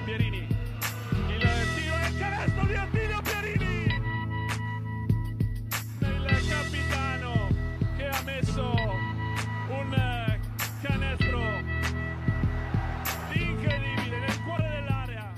Pierini, il tiro e il canestro di Attilio Pierini, il capitano che ha messo un canestro incredibile nel cuore dell'area.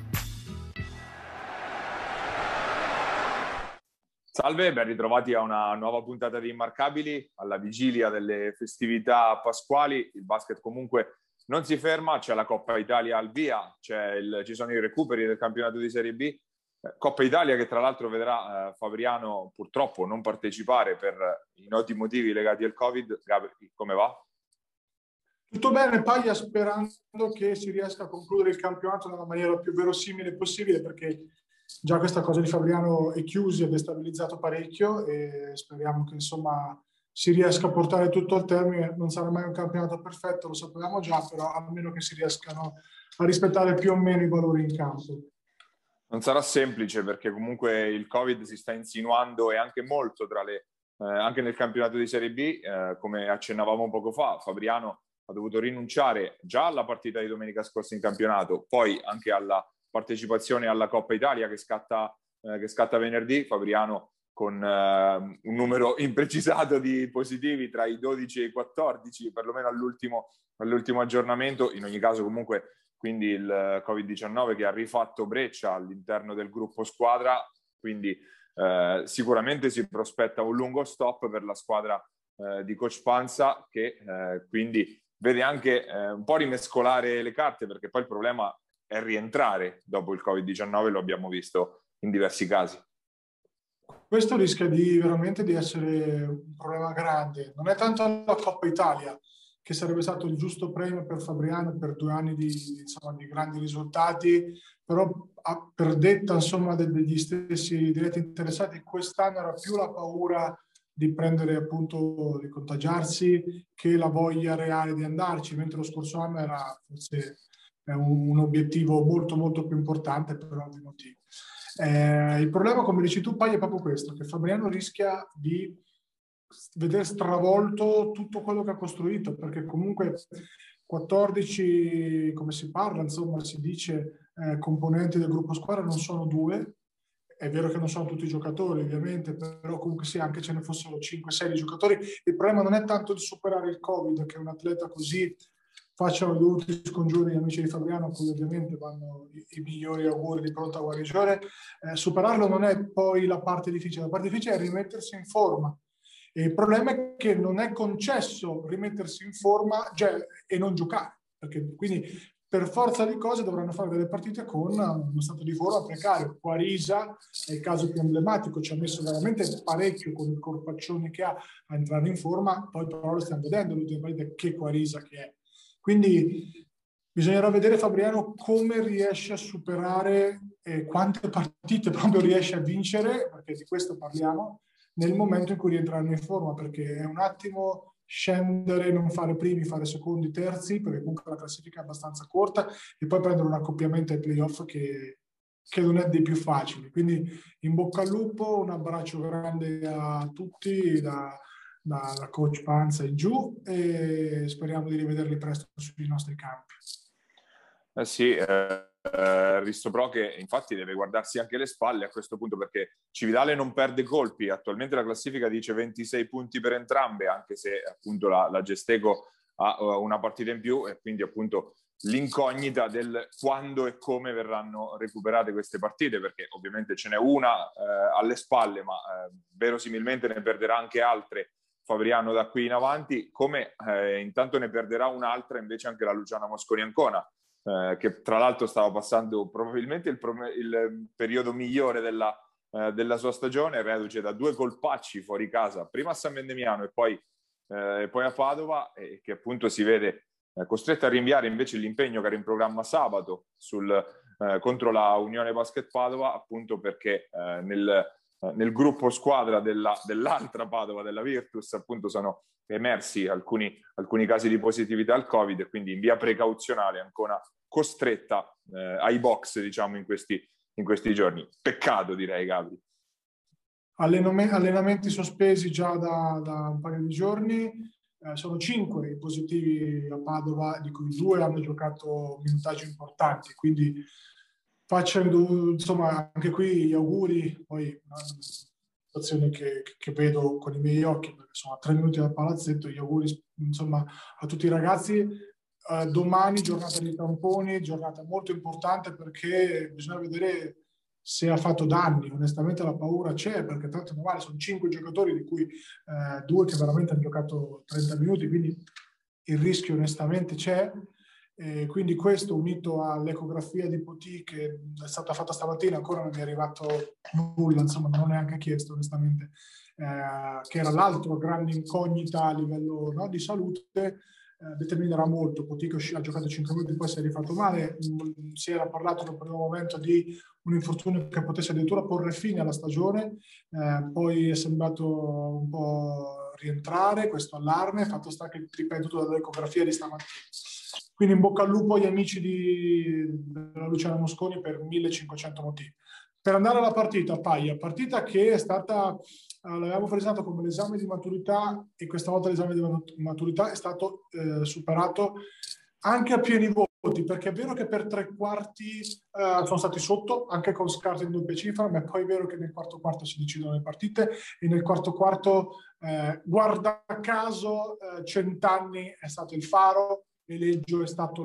Salve, ben ritrovati a una nuova puntata di Immarcabili, alla vigilia delle festività pasquali. Il basket comunque non si ferma, c'è la Coppa Italia al via, ci sono i recuperi del campionato di Serie B. Coppa Italia che tra l'altro vedrà Fabriano purtroppo non partecipare per i noti motivi legati al Covid. Gabri, come va? Tutto bene, Paglia, sperando che si riesca a concludere il campionato nella maniera più verosimile possibile, perché già questa cosa di Fabriano è chiusa e destabilizzato parecchio, e speriamo che insomma si riesca a portare tutto al termine. Non sarà mai un campionato perfetto, lo sapevamo già, però almeno che si riescano a rispettare più o meno i valori in campo. Non sarà semplice, perché comunque il Covid si sta insinuando, e anche molto anche nel campionato di Serie B, come accennavamo poco fa. Fabriano ha dovuto rinunciare già alla partita di domenica scorsa in campionato, poi anche alla partecipazione alla Coppa Italia che scatta venerdì. Fabriano con un numero imprecisato di positivi tra i 12 e i 14, perlomeno all'ultimo aggiornamento. In ogni caso comunque quindi il Covid-19 che ha rifatto breccia all'interno del gruppo squadra, quindi sicuramente si prospetta un lungo stop per la squadra di Coach Pansa, che quindi vede anche un po' rimescolare le carte, perché poi il problema è rientrare dopo il Covid-19, lo abbiamo visto in diversi casi. Questo rischia veramente di essere un problema grande. Non è tanto la Coppa Italia, che sarebbe stato il giusto premio per Fabriano per 2 anni di grandi risultati, però per detta insomma degli stessi diretti interessati, quest'anno era più la paura di prendere, appunto, di contagiarsi, che la voglia reale di andarci, mentre lo scorso anno era forse un obiettivo molto molto più importante per ovvi motivi. Il problema, come dici tu, Pai, è proprio questo, che Fabriano rischia di vedere stravolto tutto quello che ha costruito, perché comunque 14, come si parla, insomma, si dice, componenti del gruppo squadra non sono 2. È vero che non sono tutti giocatori, ovviamente, però comunque sì, anche ce ne fossero 5-6 giocatori. Il problema non è tanto di superare il Covid, che un atleta così facciano i dovuti scongiuri gli amici di Fabriano, a cui ovviamente vanno i migliori auguri di pronta guarigione. Superarlo non è poi la parte difficile. La parte difficile è rimettersi in forma. E il problema è che non è concesso rimettersi in forma e non giocare, perché quindi per forza di cose dovranno fare delle partite con uno stato di forma precario. Quarisa è il caso più emblematico, ci ha messo veramente parecchio con il corpaccione che ha a entrare in forma, poi però lo stiamo vedendo l'ultima partita, che Quarisa che è. Quindi bisognerà vedere Fabriano come riesce a superare, quante partite proprio riesce a vincere, perché di questo parliamo, nel momento in cui rientrano in forma, perché è un attimo scendere, non fare primi, fare secondi, terzi, perché comunque la classifica è abbastanza corta, e poi prendere un accoppiamento ai playoff che non è dei più facili. Quindi in bocca al lupo, un abbraccio grande a tutti da Coach Pansa in giù, e speriamo di rivederli presto sui nostri campi. Sì, Risto Pro che infatti deve guardarsi anche le spalle a questo punto, perché Cividale non perde colpi. Attualmente la classifica dice 26 punti per entrambe, anche se appunto la Gesteco ha una partita in più, e quindi appunto l'incognita del quando e come verranno recuperate queste partite, perché ovviamente ce n'è una alle spalle, ma verosimilmente ne perderà anche altre Fabriano da qui in avanti, come intanto ne perderà un'altra invece anche la Luciana Mosconi Ancona, che tra l'altro stava passando probabilmente il periodo migliore della sua stagione, reduce da 2 colpacci fuori casa, prima a San Vendemiano e poi a Padova, e che appunto si vede costretta a rinviare invece l'impegno che era in programma sabato contro la Unione Basket Padova, appunto perché nel gruppo squadra dell'altra Padova, della Virtus, appunto sono emersi alcuni casi di positività al Covid, e quindi in via precauzionale ancora costretta ai box, diciamo, in questi giorni. Peccato, direi, Gabri. Allenamenti sospesi già da un paio di giorni. Sono 5 i positivi a Padova, di cui 2 hanno giocato minutaggi importanti, quindi facendo, insomma, anche qui gli auguri, poi una situazione che vedo con i miei occhi, perché sono a 3 minuti dal palazzetto, gli auguri, insomma, a tutti i ragazzi. Domani giornata di tamponi, giornata molto importante perché bisogna vedere se ha fatto danni. Onestamente la paura c'è, perché tanto non vale, sono 5 giocatori, di cui 2 che veramente hanno giocato 30 minuti, quindi il rischio onestamente c'è. Quindi questo, unito all'ecografia di Poti che è stata fatta stamattina, ancora non mi è arrivato nulla, insomma non ho neanche chiesto onestamente, che era l'altro grande incognita a livello, no, di salute, determinerà molto. Poti che ha giocato 5 minuti, poi si è rifatto male, si era parlato in un primo momento di un infortunio che potesse addirittura porre fine alla stagione, poi è sembrato un po' rientrare questo allarme, fatto sta che ripetuto dall'ecografia di stamattina. Quindi in bocca al lupo agli amici della Luciana Mosconi per 1500 motivi. Per andare alla partita, partita che è stata, l'avevamo presentato come l'esame di maturità, e questa volta l'esame di maturità è stato superato anche a pieni voti, perché è vero che per 3/4 sono stati sotto, anche con scarto in doppia cifra, ma è poi vero che nel quarto quarto si decidono le partite, e nel quarto quarto, guarda caso, Centanni è stato il faro e Leggio è stato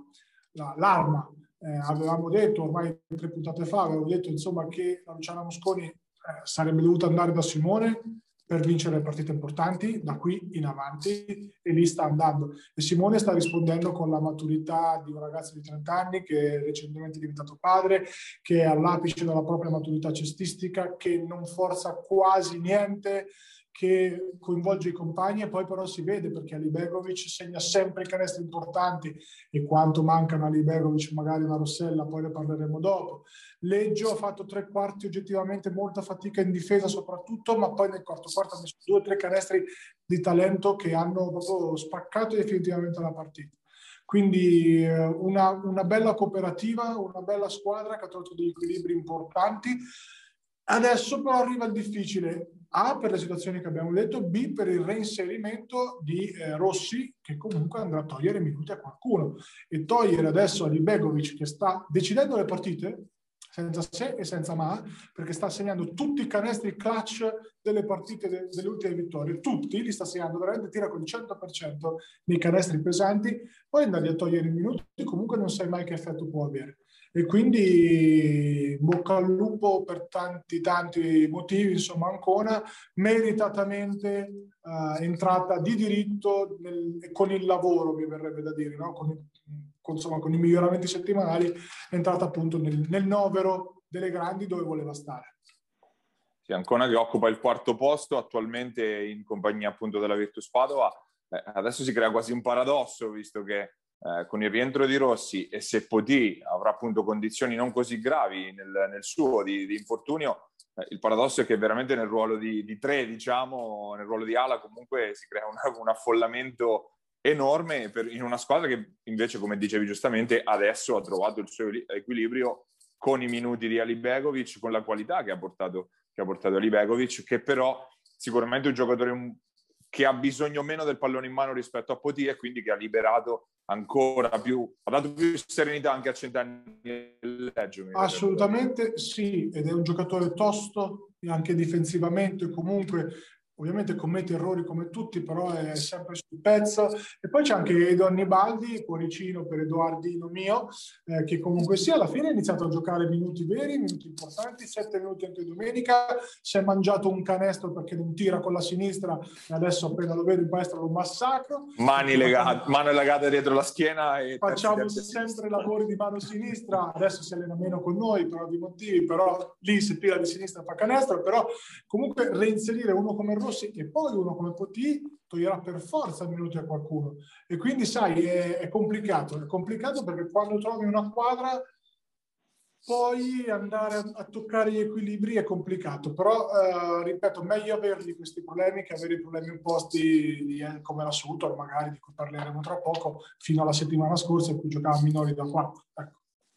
l'arma. Avevamo detto ormai 3 puntate fa, avevo detto insomma che la Luciana Mosconi sarebbe dovuta andare da Simone per vincere partite importanti da qui in avanti, e lì sta andando. E Simone sta rispondendo con la maturità di un ragazzo di 30 anni che è recentemente diventato padre, che è all'apice della propria maturità cestistica, che non forza quasi niente, che coinvolge i compagni, e poi però si vede perché Alibegovic segna sempre i canestri importanti, e quanto mancano a Alibegovic magari una Rossella, poi ne parleremo dopo. Leggio ha fatto 3/4 oggettivamente molta fatica in difesa soprattutto, ma poi nel quarto quarto ha messo 2 o 3 canestri di talento che hanno proprio spaccato definitivamente la partita. Quindi una bella cooperativa, una bella squadra che ha trovato degli equilibri importanti. Adesso però arriva il difficile, A per le situazioni che abbiamo detto, B per il reinserimento di Rossi, che comunque andrà a togliere minuti a qualcuno, e togliere adesso Alibegovic, che sta decidendo le partite senza se e senza ma, perché sta segnando tutti i canestri clutch delle partite delle ultime vittorie, tutti li sta segnando, veramente tira con il 100% nei canestri pesanti. Poi andargli a togliere i minuti, comunque non sai mai che effetto può avere. E quindi bocca al lupo per tanti motivi. Insomma, Ancona meritatamente entrata di diritto con il lavoro, mi verrebbe da dire, no? Con i miglioramenti settimanali, è entrata appunto nel novero delle grandi dove voleva stare. Sì, Ancona che occupa il 4° posto attualmente in compagnia appunto della Virtus Padova. Adesso si crea quasi un paradosso, visto che con il rientro di Rossi, e se Poti avrà appunto condizioni non così gravi nel suo di infortunio, il paradosso è che veramente nel ruolo di 3, diciamo, nel ruolo di ala, comunque si crea un affollamento enorme in una squadra che invece, come dicevi giustamente, adesso ha trovato il suo equilibrio con i minuti di Alibegovic, con la qualità che ha portato Alibegovic, che però sicuramente è un giocatore che ha bisogno meno del pallone in mano rispetto a Poti, e quindi che ha liberato ancora più, ha dato più serenità anche a Centanni e Leggio. Assolutamente sì, ed è un giocatore tosto anche difensivamente, comunque ovviamente commette errori come tutti, però è sempre sul pezzo. E poi c'è anche Edo Annibaldi, cuoricino per Edoardino mio, che comunque sia alla fine ha iniziato a giocare minuti veri, minuti importanti, 7 minuti anche domenica, si è mangiato un canestro perché non tira con la sinistra, e adesso appena lo vedo in palestra lo massacro. Mani legate dietro la schiena. E facciamo sempre lavori di mano sinistra, adesso si allena meno con noi per ovvi motivi, però lì si tira di sinistra fa canestro. Però comunque reinserire uno come Rossi e poi uno come Poti toglierà per forza minuti a qualcuno, e quindi sai è complicato perché quando trovi una quadra poi andare a toccare gli equilibri è complicato, però ripeto, meglio averli questi problemi che avere i problemi imposti come la Sutor magari, di cui parleremo tra poco, fino alla settimana scorsa in cui giocava minori da 4. Ecco.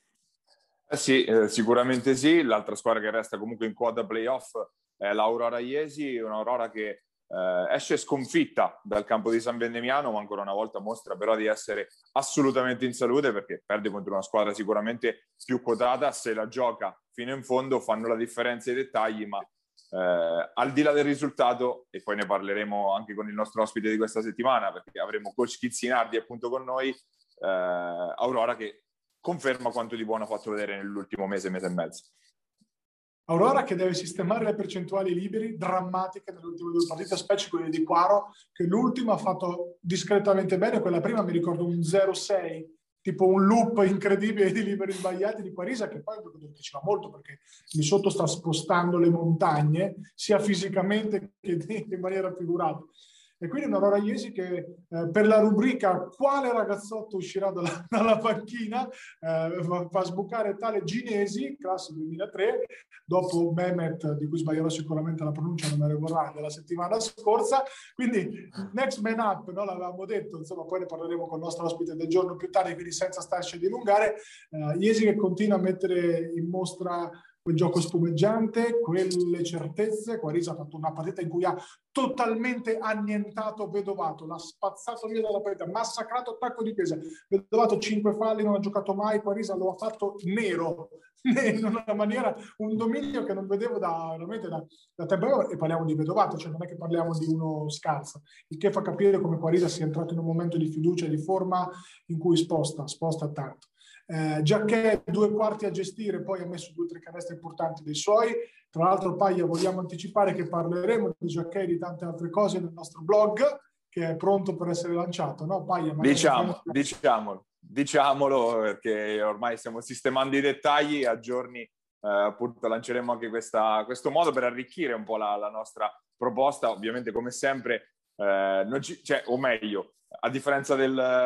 Sì, sicuramente sì. L'altra squadra che resta comunque in quota playoff è l'Aurora Iesi, un'Aurora che esce sconfitta dal campo di San Vendemiano, ma ancora una volta mostra però di essere assolutamente in salute, perché perde contro una squadra sicuramente più quotata. Se la gioca fino in fondo fanno la differenza i dettagli, ma al di là del risultato, e poi ne parleremo anche con il nostro ospite di questa settimana, perché avremo coach Chizzinardi appunto con noi, Aurora che conferma quanto di buono ha fatto vedere nell'ultimo mese e mezzo. Aurora che deve sistemare le percentuali liberi drammatiche nelle ultime 2 partite, specie quelle di Quaro, che l'ultima ha fatto discretamente bene, quella prima mi ricordo un 0-6, tipo un loop incredibile di liberi sbagliati di Quarisa, che poi ci va molto perché lì sotto sta spostando le montagne, sia fisicamente che in maniera figurata. E quindi un Aurora Iesi che per la rubrica quale ragazzotto uscirà dalla panchina fa sbucare tale Ginesi, classe 2003, dopo Mehmet, di cui sbaglierò sicuramente la pronuncia, non me ne vorrà, della settimana scorsa. Quindi next man up, no? L'avevamo detto, insomma, poi ne parleremo con il nostro ospite del giorno più tardi, quindi senza starci a dilungare. Iesi che continua a mettere in mostra quel gioco spumeggiante, quelle certezze. Quarisa ha fatto una partita in cui ha totalmente annientato Vedovato, l'ha spazzato via dalla partita, massacrato attacco di difesa. Vedovato 5 falli, non ha giocato mai, Quarisa lo ha fatto nero, in una maniera, un dominio che non vedevo veramente da tempo, e parliamo di Vedovato, cioè non è che parliamo di uno scarso, il che fa capire come Quarisa sia entrato in un momento di fiducia e di forma in cui sposta tanto. Giacché 2 quarti a gestire, poi ha messo 2 o 3 canestri importanti dei suoi. Tra l'altro, Paglia, vogliamo anticipare che parleremo di Giacché e di tante altre cose nel nostro blog, che è pronto per essere lanciato, no Paglia? Diciamolo, perché ormai stiamo sistemando i dettagli, a giorni appunto lanceremo anche questo modo per arricchire un po' la nostra proposta. Ovviamente, come sempre, o meglio, a differenza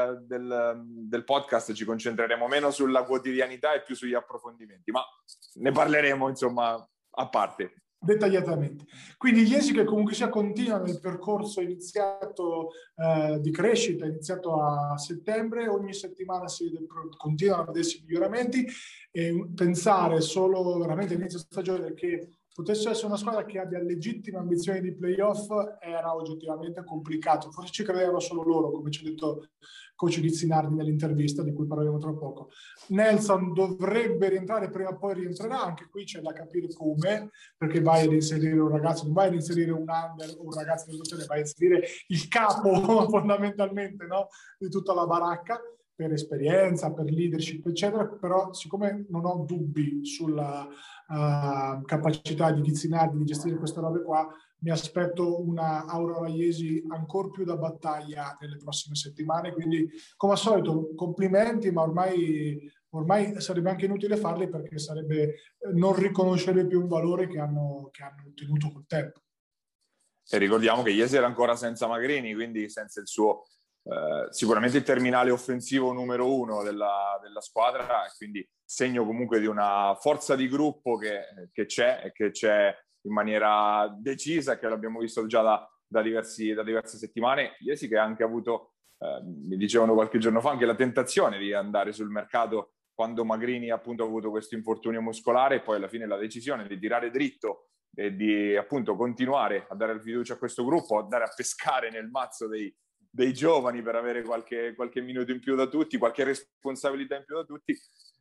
del podcast, ci concentreremo meno sulla quotidianità e più sugli approfondimenti, ma ne parleremo insomma a parte. Dettagliatamente. Quindi Iesi che comunque sia continua nel percorso iniziato di crescita, iniziato a settembre, ogni settimana continuano a vedersi miglioramenti, e pensare solo veramente all'inizio stagione che potesse essere una squadra che abbia legittime ambizioni di playoff era oggettivamente complicato. Forse ci credevano solo loro, come ci ha detto coach Ghizzinardi nell'intervista, di cui parleremo tra poco. Nelson dovrebbe rientrare, prima o poi rientrerà, anche qui c'è da capire come, perché vai ad inserire un ragazzo, non vai ad inserire un under o un ragazzo di educazione, vai ad inserire il capo fondamentalmente, no? Di tutta la baracca, per esperienza, per leadership, eccetera. Però siccome non ho dubbi sulla capacità di Ghizzinardi di gestire queste robe qua, mi aspetto una Aurora Iesi ancora più da battaglia nelle prossime settimane. Quindi, come al solito, complimenti, ma ormai sarebbe anche inutile farli, perché sarebbe non riconoscere più un valore che hanno ottenuto col tempo. E ricordiamo che Iesi era ancora senza Magrini, quindi senza il suo sicuramente il terminale offensivo numero 1 della squadra, e quindi segno comunque di una forza di gruppo che c'è, e che c'è in maniera decisa, che l'abbiamo visto già da diverse settimane. Iesi che ha anche avuto, mi dicevano qualche giorno fa, anche la tentazione di andare sul mercato quando Magrini appunto ha avuto questo infortunio muscolare, e poi alla fine la decisione di tirare dritto e di appunto continuare a dare fiducia a questo gruppo, andare a pescare nel mazzo dei giovani per avere qualche minuto in più da tutti, qualche responsabilità in più da tutti.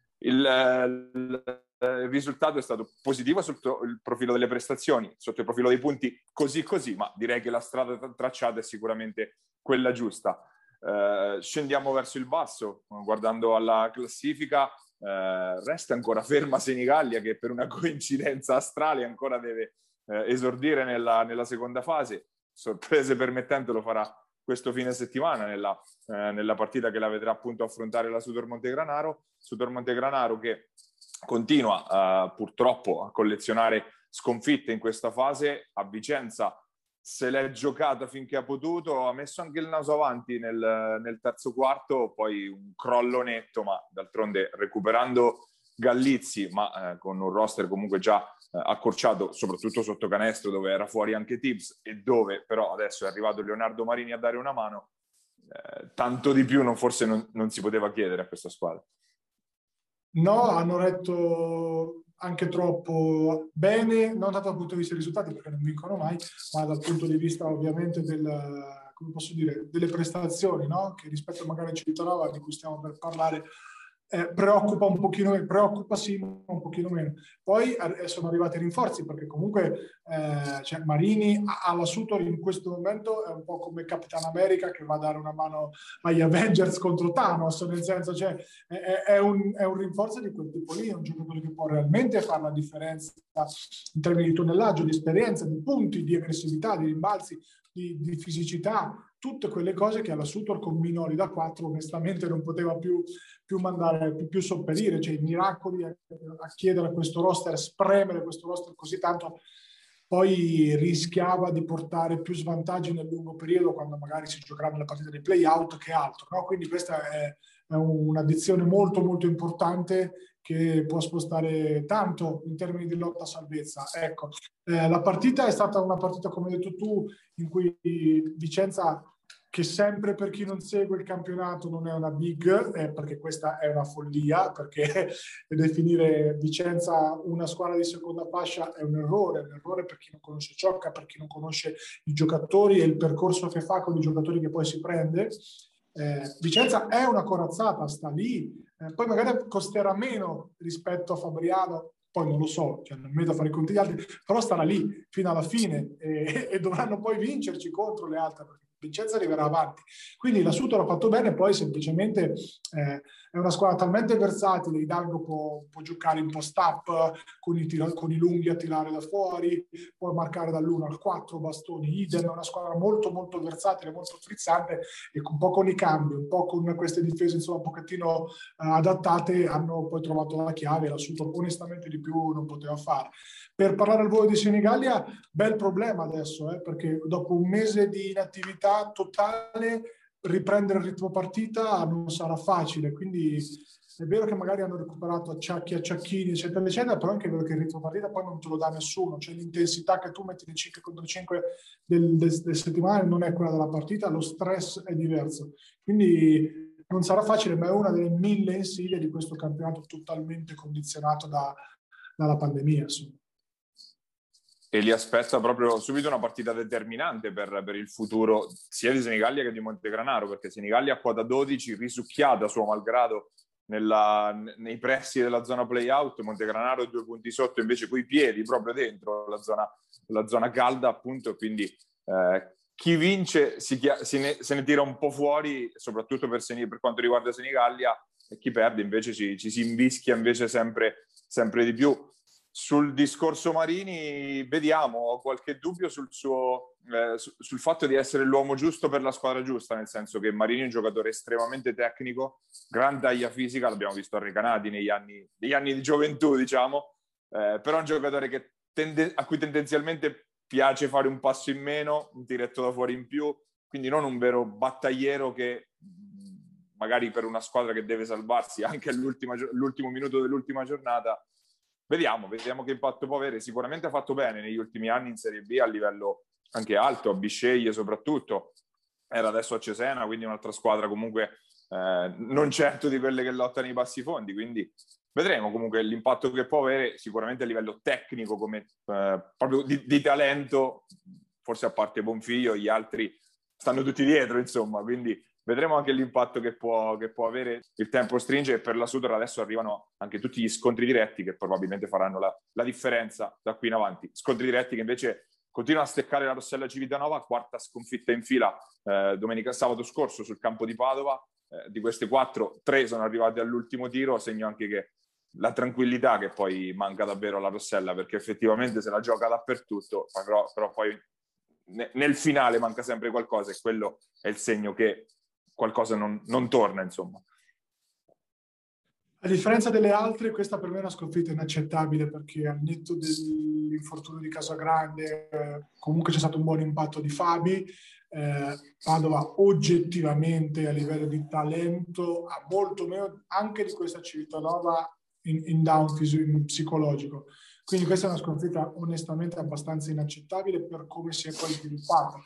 Il risultato è stato positivo sotto il profilo delle prestazioni, sotto il profilo dei punti così, ma direi che la strada tracciata è sicuramente quella giusta. Scendiamo verso il basso, guardando alla classifica, resta ancora ferma Senigallia, che per una coincidenza astrale ancora deve esordire nella seconda fase. Sorprese permettendo lo farà questo fine settimana nella partita che la vedrà appunto affrontare la Sutor Montegranaro, che continua purtroppo a collezionare sconfitte in questa fase. A Vicenza se l'è giocata finché ha potuto, ha messo anche il naso avanti nel terzo quarto, poi un crollo netto, ma d'altronde recuperando Gallizzi, ma con un roster comunque già accorciato, soprattutto sotto canestro, dove era fuori anche Tibbs, e dove però adesso è arrivato Leonardo Marini a dare una mano. Tanto di più forse non si poteva chiedere a questa squadra. No, hanno retto anche troppo bene, non tanto dal punto di vista dei risultati, perché non vincono mai, ma dal punto di vista ovviamente come posso dire, delle prestazioni, no? Che rispetto magari a Civitanova, di cui stiamo per parlare, preoccupa un pochino meno, preoccupa sì, ma un pochino meno. Poi sono arrivati i rinforzi, perché comunque cioè Marini alla Sutor in questo momento è un po' come Capitan America che va a dare una mano agli Avengers contro Thanos, nel senso, cioè, è un rinforzo di quel tipo lì, è un giocatore che può realmente fare la differenza in termini di tonnellaggio, di esperienza, di punti, di aggressività, di rimbalzi, di fisicità, tutte quelle cose che alla Sutor con minori da 4 onestamente non poteva più mandare, più sopperire, cioè i miracoli a chiedere a questo roster, spremere questo roster così tanto, poi rischiava di portare più svantaggi nel lungo periodo quando magari si giocherà nella partita dei play-out che altro, no? Quindi questa è un'addizione molto molto importante che può spostare tanto in termini di lotta a salvezza. Ecco, la partita è stata una partita, come hai detto tu, in cui Vicenza, che sempre per chi non segue il campionato non è una big, perché questa è una follia, perché definire Vicenza una squadra di seconda fascia è un errore per chi non conosce Ciocca, per chi non conosce i giocatori e il percorso che fa con i giocatori che poi si prende. Vicenza è una corazzata, sta lì, poi magari costerà meno rispetto a Fabriano, poi non lo so, cioè non mi metto a fare i conti gli altri, però starà lì fino alla fine e dovranno poi vincerci contro le altre, perché Vicenza arriverà avanti. Quindi la Sutor ha fatto bene, poi semplicemente è una squadra talmente versatile, Hidalgo può giocare in post-up con i lunghi a tirare da fuori, può marcare dall'1 al 4, bastoni, idem, è una squadra molto molto versatile, molto frizzante, e un po' con i cambi, un po' con queste difese insomma un pochettino adattate, hanno poi trovato la chiave. La Sutor onestamente di più non poteva fare. Per parlare al volo di Senigallia, bel problema adesso, perché dopo un mese di inattività totale riprendere il ritmo partita non sarà facile, quindi è vero che magari hanno recuperato acciacchi, acciacchini, eccetera, eccetera, però è anche vero che il ritmo partita poi non te lo dà nessuno, cioè l'intensità che tu metti nei 5 contro 5 del settimane non è quella della partita, lo stress è diverso, quindi non sarà facile, ma è una delle 1000 insidie di questo campionato totalmente condizionato dalla pandemia, insomma. E li aspetta proprio subito una partita determinante per il futuro sia di Senigallia che di Montegranaro, perché Senigallia a quota 12 risucchiata a suo malgrado nei pressi della zona play-out, Montegranaro 2 punti sotto invece coi piedi proprio dentro la zona calda, appunto, quindi chi vince se ne tira un po' fuori, soprattutto per quanto riguarda Senigallia, e chi perde invece ci si invischia invece sempre di più. Sul discorso Marini, vediamo, ho qualche dubbio sul fatto di essere l'uomo giusto per la squadra giusta, nel senso che Marini è un giocatore estremamente tecnico, gran taglia fisica, l'abbiamo visto a Recanati negli anni di gioventù, diciamo, però è un giocatore a cui tendenzialmente piace fare un passo in meno, un tiretto da fuori in più, quindi non un vero battagliero che magari per una squadra che deve salvarsi anche all'ultimo minuto dell'ultima giornata. Vediamo che impatto può avere. Sicuramente ha fatto bene negli ultimi anni in Serie B a livello anche alto, a Bisceglie soprattutto. Era adesso a Cesena, quindi un'altra squadra comunque non certo di quelle che lottano i bassi fondi. Quindi vedremo comunque l'impatto che può avere, sicuramente a livello tecnico, come proprio di talento, forse a parte Bonfiglio, gli altri stanno tutti dietro, insomma, quindi vedremo anche l'impatto che può avere. Il tempo stringe e per la Sutor adesso arrivano anche tutti gli scontri diretti che probabilmente faranno la differenza da qui in avanti. Scontri diretti che invece continuano a steccare la Rossella Civitanova, quarta sconfitta in fila sabato scorso sul campo di Padova. Di queste 4, 3 sono arrivate all'ultimo tiro, segno anche che la tranquillità che poi manca davvero alla Rossella, perché effettivamente se la gioca dappertutto, però poi nel finale manca sempre qualcosa, e quello è il segno che qualcosa non torna, insomma. A differenza delle altre, questa per me è una sconfitta inaccettabile, perché al netto dell'infortunio di Casagrande comunque c'è stato un buon impatto di Fabi. Padova oggettivamente a livello di talento ha molto meno anche di questa Civitanova in down psicologico. Quindi questa è una sconfitta onestamente abbastanza inaccettabile per come si è poi sviluppata.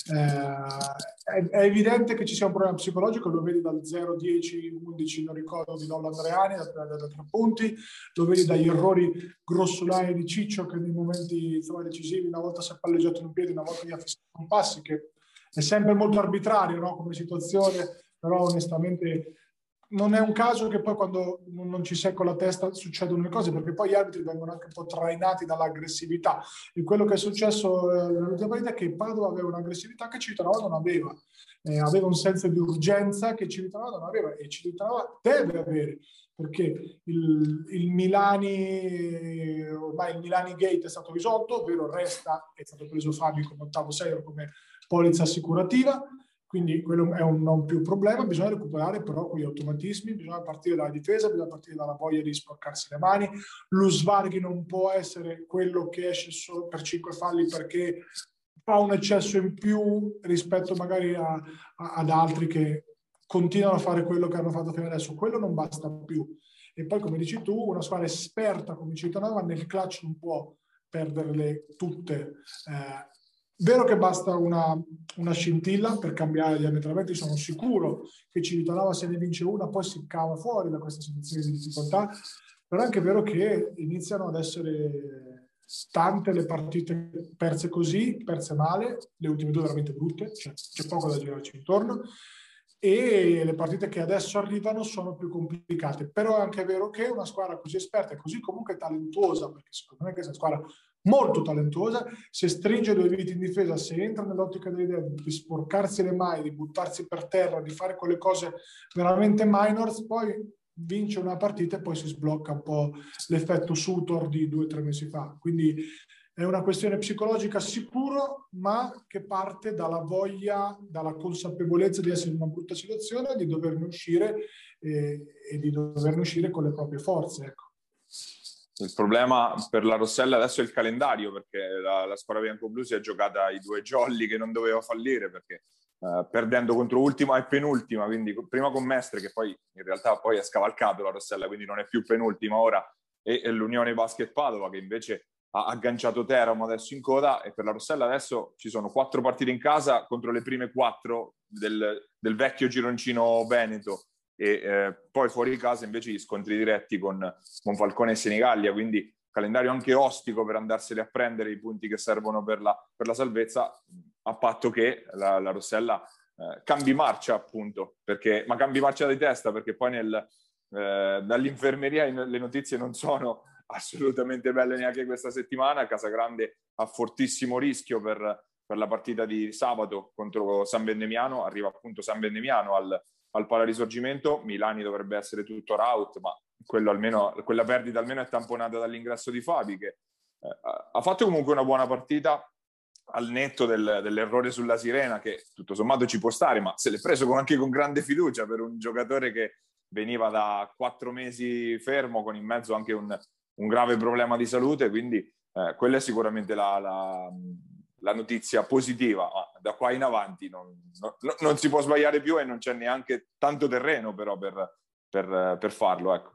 È evidente che ci sia un problema psicologico, lo vedi dal 0-10-11, non ricordo, di Lola Andreani, da 3 punti, lo vedi dagli errori grossolani di Ciccio che nei momenti decisivi, una volta si è palleggiato in un piede, una volta gli ha fissato un passi, che è sempre molto arbitrario, no, come situazione, però onestamente non è un caso che poi quando non ci sei con la testa succedono le cose, perché poi gli arbitri vengono anche un po' trainati dall'aggressività, e quello che è successo nell'ultima partita è che Padova aveva un'aggressività che Civitanova non aveva, aveva un senso di urgenza che Civitanova non aveva, e Civitanova deve avere, perché il Milani, ormai il Milani Gate è stato risolto, ovvero resta, è stato preso Fabio come ottavo serio, come polizza assicurativa, quindi quello è un non più problema. Bisogna recuperare però quegli automatismi, bisogna partire dalla difesa, bisogna partire dalla voglia di sporcarsi le mani. Lo Svarghi non può essere quello che esce solo per 5 falli perché fa un eccesso in più rispetto magari ad altri che continuano a fare quello che hanno fatto fino adesso. Quello non basta più. E poi, come dici tu, una squadra esperta come Civitanova nel clutch non può perderle tutte. Vero che basta una scintilla per cambiare diametralmente. Sono sicuro che Civitanova, se ne vince una, poi si cava fuori da questa situazione di difficoltà, però è anche vero che iniziano ad essere tante le partite perse così, perse male, le ultime 2 veramente brutte, cioè c'è poco da girarci intorno, e le partite che adesso arrivano sono più complicate. Però è anche vero che una squadra così esperta e così comunque talentuosa, perché secondo me questa è una squadra molto talentuosa, se stringe 2 viti in difesa, se entra nell'ottica dell'idea di sporcarsi le mani, di buttarsi per terra, di fare quelle cose veramente minors, poi vince una partita e poi si sblocca un po' l'effetto Sutor di 2 o 3 mesi fa. Quindi è una questione psicologica sicuro, ma che parte dalla voglia, dalla consapevolezza di essere in una brutta situazione, di doverne uscire e di doverne uscire con le proprie forze, ecco. Il problema per la Rossella adesso è il calendario, perché la squadra bianco-blu si è giocata i 2 jolly che non doveva fallire, perché perdendo contro ultima e penultima, quindi prima con Mestre, che poi in realtà poi è scavalcato la Rossella, quindi non è più penultima ora, e l'Unione Basket Padova che invece ha agganciato Teramo adesso in coda. E per la Rossella adesso ci sono 4 partite in casa contro le prime 4 del vecchio gironcino veneto, e poi fuori casa invece gli scontri diretti con Monfalcone e Senigallia, quindi calendario anche ostico per andarseli a prendere i punti che servono per la salvezza, a patto che la Rossella cambi marcia, appunto, ma cambi marcia di testa, perché poi dall'infermeria le notizie non sono assolutamente belle neanche questa settimana. Casagrande ha fortissimo rischio per la partita di sabato contro San Bendemiano, arriva appunto San Bendemiano al Palarisorgimento. Milani dovrebbe essere tutto out, ma quella perdita almeno è tamponata dall'ingresso di Fabi, che ha fatto comunque una buona partita, al netto dell'errore sulla sirena, che tutto sommato ci può stare, ma se l'è preso anche con grande fiducia per un giocatore che veniva da 4 mesi fermo, con in mezzo anche un grave problema di salute. Quindi quella è sicuramente la notizia positiva, ma da qua in avanti non si può sbagliare più, e non c'è neanche tanto terreno però per farlo, ecco.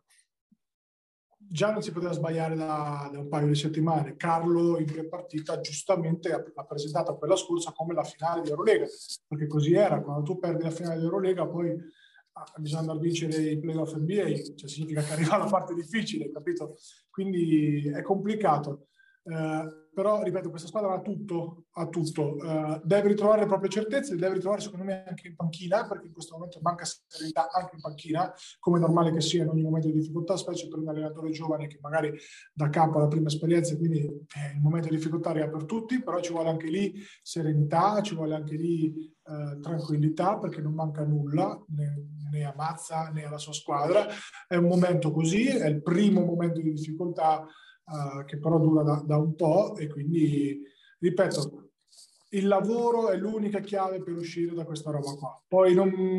Già non si poteva sbagliare da un paio di settimane. Carlo in pre-partita giustamente ha presentato quella scorsa come la finale di Eurolega, perché così era. Quando tu perdi la finale di Eurolega poi bisogna andare a vincere i playoff NBA, cioè significa che arriva la parte difficile, capito? Quindi è complicato. Però ripeto, questa squadra ha tutto, deve ritrovare le proprie certezze, deve ritrovare secondo me anche in panchina, perché in questo momento manca serenità anche in panchina, come è normale che sia in ogni momento di difficoltà, specie per un allenatore giovane che magari da capo ha la prima esperienza, quindi il momento di difficoltà arriva per tutti, però ci vuole anche lì serenità, ci vuole anche lì tranquillità, perché non manca nulla né a Mazza né alla sua squadra. È un momento così, è il primo momento di difficoltà che però dura da un po', e quindi ripeto, il lavoro è l'unica chiave per uscire da questa roba qua. Poi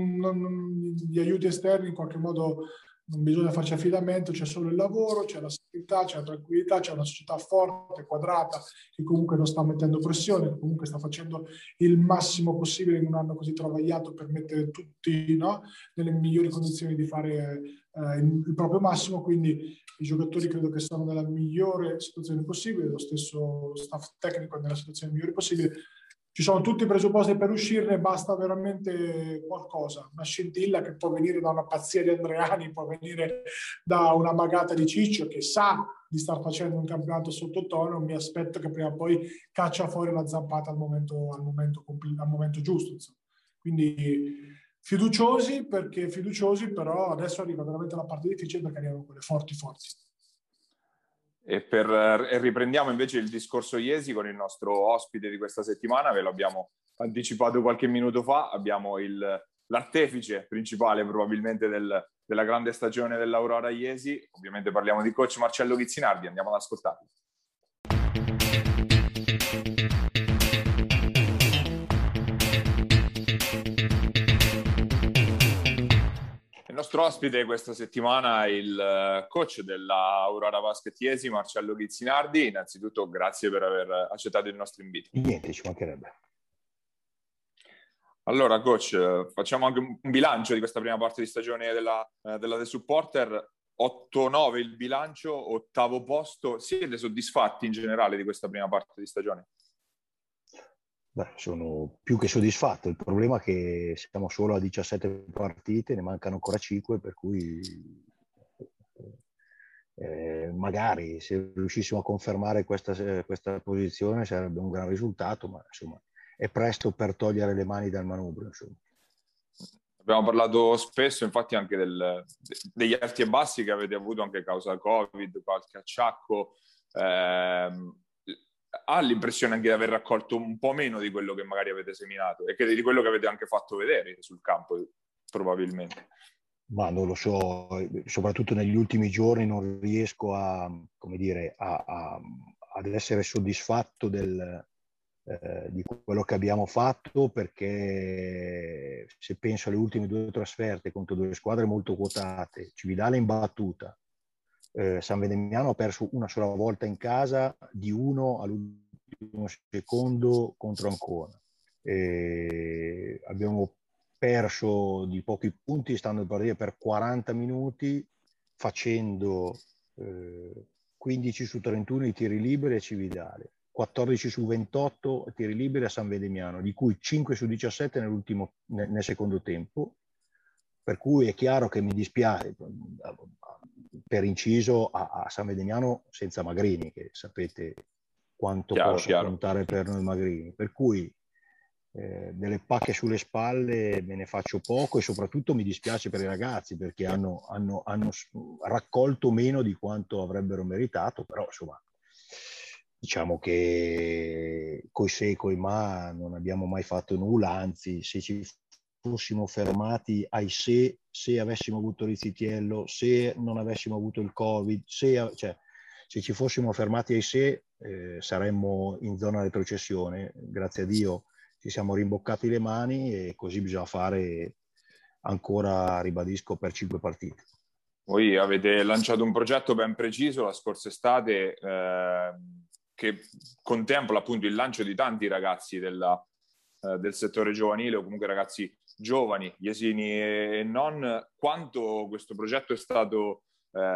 gli aiuti esterni in qualche modo non bisogna farci affidamento, c'è solo il lavoro, c'è la serenità, c'è la tranquillità, c'è una società forte, quadrata, che comunque non sta mettendo pressione, che comunque sta facendo il massimo possibile in un anno così travagliato per mettere tutti, no, nelle migliori condizioni di fare il proprio massimo, quindi i giocatori credo che stanno nella migliore situazione possibile, lo stesso staff tecnico è nella situazione migliore possibile. Ci sono tutti i presupposti per uscirne, basta veramente qualcosa, una scintilla che può venire da una pazzia di Andreani, può venire da una magata di Ciccio che sa di star facendo un campionato sottotono. Mi aspetto che prima o poi caccia fuori la zampata al momento giusto, insomma. Quindi fiduciosi, però adesso arriva veramente la parte difficile, perché arrivano quelle forti. E riprendiamo invece il discorso Iesi con il nostro ospite di questa settimana. Ve lo abbiamo anticipato qualche minuto fa. Abbiamo l'artefice principale probabilmente della grande stagione dell'Aurora Iesi. Ovviamente parliamo di coach Marcello Ghizzinardi. Andiamo ad ascoltarlo. Il nostro ospite questa settimana è il coach della Aurora Basket Iesi, Marcello Ghizzinardi. Innanzitutto grazie per aver accettato il nostro invito. Niente, ci mancherebbe. Allora, coach, facciamo anche un bilancio di questa prima parte di stagione della The Supporter. 8-9 il bilancio, 8º posto. Siete soddisfatti in generale di questa prima parte di stagione? Beh, sono più che soddisfatto. Il problema è che siamo solo a 17 partite, ne mancano ancora 5, per cui magari se riuscissimo a confermare questa posizione sarebbe un gran risultato, ma insomma è presto per togliere le mani dal manubrio. Insomma. Abbiamo parlato spesso infatti anche degli alti e bassi che avete avuto anche causa Covid, qualche acciacco. Ha l'impressione anche di aver raccolto un po' meno di quello che magari avete seminato e di quello che avete anche fatto vedere sul campo, probabilmente. Ma non lo so, soprattutto negli ultimi giorni non riesco ad essere soddisfatto di quello che abbiamo fatto, perché se penso alle ultime 2 trasferte contro 2 squadre molto quotate, Cividale in battuta, San Vendemiano ha perso una sola volta in casa di 1 all'ultimo secondo contro Ancona. Abbiamo perso di pochi punti stando in partita per 40 minuti facendo 15 su 31 i tiri liberi a Cividale, 14 su 28 tiri liberi a San Vendemiano, di cui 5 su 17 nel secondo tempo, per cui è chiaro che mi dispiace, per inciso, a San Vendemiano senza Magrini, che sapete quanto possa contare per noi Magrini, per cui delle pacche sulle spalle me ne faccio poco, e soprattutto mi dispiace per i ragazzi, perché hanno raccolto meno di quanto avrebbero meritato, però insomma diciamo che coi se e coi ma non abbiamo mai fatto nulla, anzi se ci fossimo fermati ai se avessimo avuto Rizzitiello, se non avessimo avuto il Covid, se ci fossimo fermati ai se saremmo in zona retrocessione. Grazie a Dio ci siamo rimboccati le mani e così bisogna fare ancora, ribadisco, per 5 partite. Voi avete lanciato un progetto ben preciso la scorsa estate che contempla appunto il lancio di tanti ragazzi del settore giovanile, o comunque ragazzi giovani, iesini e non. Quanto questo progetto è stato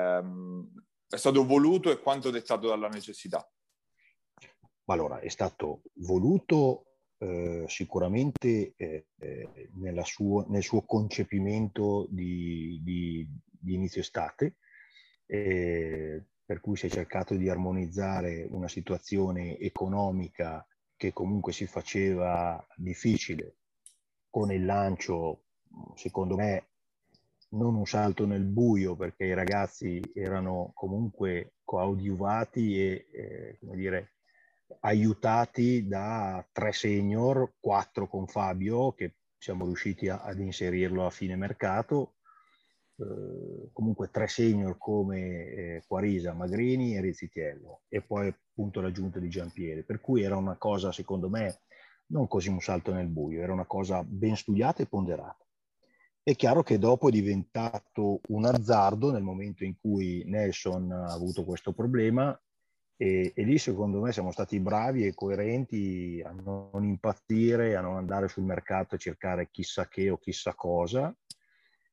voluto e quanto dettato dalla necessità? Allora, è stato voluto sicuramente nel suo concepimento di inizio estate, per cui si è cercato di armonizzare una situazione economica che comunque si faceva difficile, con il lancio, secondo me, non un salto nel buio, perché i ragazzi erano comunque coadiuvati e come dire, aiutati da 3 senior, 4 con Fabio, che siamo riusciti ad inserirlo a fine mercato, comunque 3 senior come Quarisa, Magrini e Rizzitiello, e poi appunto l'aggiunta di Giampieri, per cui era una cosa, secondo me, non così un salto nel buio, era una cosa ben studiata e ponderata. È chiaro che dopo è diventato un azzardo nel momento in cui Nelson ha avuto questo problema, e lì secondo me siamo stati bravi e coerenti a non impazzire, a non andare sul mercato a cercare chissà che o chissà cosa,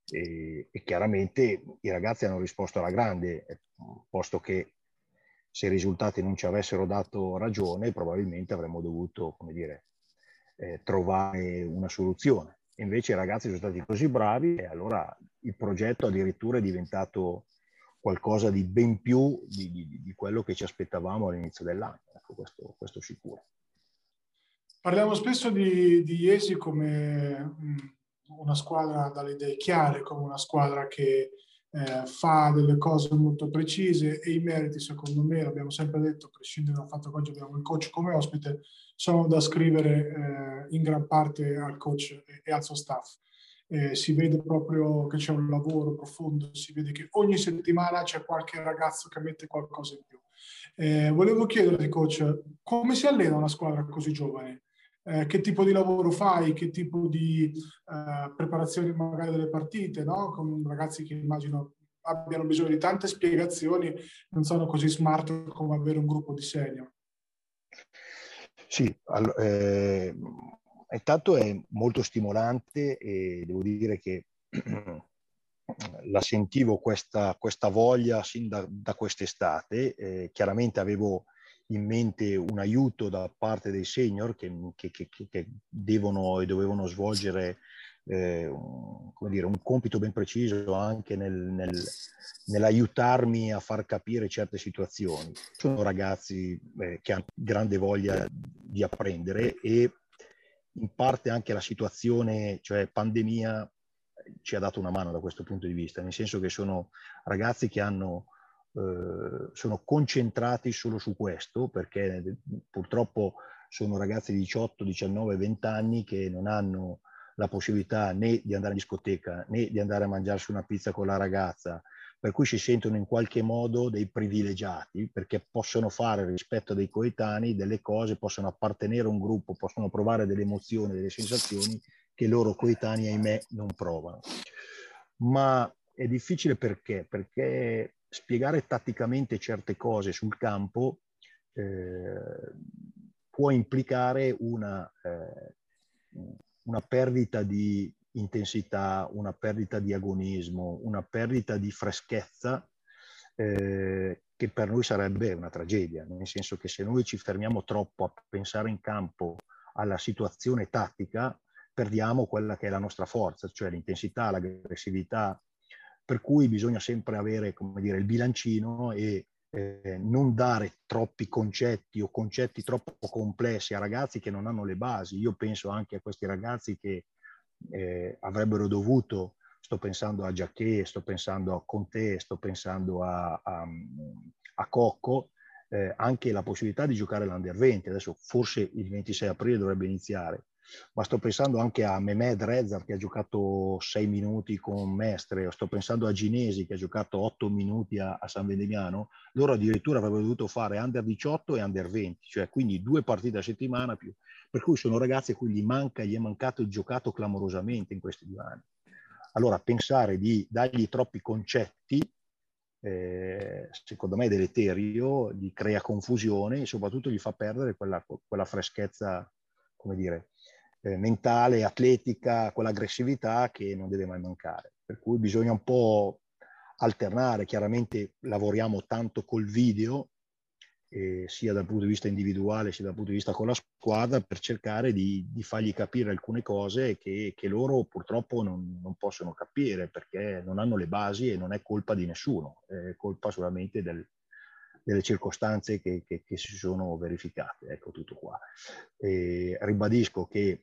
E chiaramente i ragazzi hanno risposto alla grande, posto che se i risultati non ci avessero dato ragione, probabilmente avremmo dovuto, come dire, trovare una soluzione. Invece i ragazzi sono stati così bravi e allora il progetto addirittura è diventato qualcosa di ben più di quello che ci aspettavamo all'inizio dell'anno. Ecco, questo sicuro. Parliamo spesso di Iesi come una squadra dalle idee chiare, come una squadra che fa delle cose molto precise, e i meriti, secondo me, l'abbiamo sempre detto, a prescindere dal fatto che oggi abbiamo il coach come ospite, sono da scrivere in gran parte al coach e al suo staff. Si vede proprio che c'è un lavoro profondo, si vede che ogni settimana c'è qualche ragazzo che mette qualcosa in più. Volevo chiederti, coach, come si allena una squadra così giovane? Che tipo di lavoro fai, che tipo di preparazione magari delle partite, no? Con ragazzi che immagino abbiano bisogno di tante spiegazioni, non sono così smart come avere un gruppo di senior. Sì, intanto è molto stimolante e devo dire che la sentivo questa voglia sin da quest'estate. Chiaramente avevo in mente un aiuto da parte dei senior che devono e dovevano svolgere come dire, un compito ben preciso anche nell'aiutarmi a far capire certe situazioni. Sono ragazzi che hanno grande voglia di apprendere e in parte anche la situazione, cioè pandemia, ci ha dato una mano da questo punto di vista, nel senso che sono ragazzi che sono concentrati solo su questo, perché purtroppo sono ragazzi di 18, 19, 20 anni che non hanno la possibilità né di andare in discoteca né di andare a mangiarsi una pizza con la ragazza, per cui si sentono in qualche modo dei privilegiati, perché possono fare rispetto a dei coetanei delle cose, possono appartenere a un gruppo, possono provare delle emozioni, delle sensazioni che i loro coetanei, ahimè, non provano. Ma è difficile perché? Perché spiegare tatticamente certe cose sul campo può implicare una perdita di intensità, una perdita di agonismo, una perdita di freschezza che per noi sarebbe una tragedia, nel senso che se noi ci fermiamo troppo a pensare in campo alla situazione tattica, perdiamo quella che è la nostra forza, cioè l'intensità, l'aggressività, per cui bisogna sempre avere, come dire, il bilancino e non dare troppi concetti o concetti troppo complessi a ragazzi che non hanno le basi. Io penso anche a questi ragazzi che avrebbero dovuto, sto pensando a Jacquet, sto pensando a Conte, sto pensando a Cocco, anche la possibilità di giocare l'Under 20. Adesso forse il 26 aprile dovrebbe iniziare, ma sto pensando anche a Mehmed Rezar che ha giocato 6 minuti con Mestre, sto pensando a Ginesi che ha giocato 8 minuti a San Vendemiano. Loro addirittura avrebbero dovuto fare Under 18 e Under 20, cioè quindi 2 partite a settimana più, per cui sono ragazzi a cui gli è mancato il giocato clamorosamente in questi 2 anni. Allora pensare di dargli troppi concetti secondo me è deleterio, gli crea confusione e soprattutto gli fa perdere quella freschezza, come dire, mentale, atletica, quell'aggressività che non deve mai mancare. Per cui bisogna un po' alternare. Chiaramente lavoriamo tanto col video, sia dal punto di vista individuale sia dal punto di vista con la squadra, per cercare di fargli capire alcune cose che loro purtroppo non possono capire, perché non hanno le basi e non è colpa di nessuno, è colpa solamente delle circostanze che si sono verificate. Ecco, tutto qua. Ribadisco che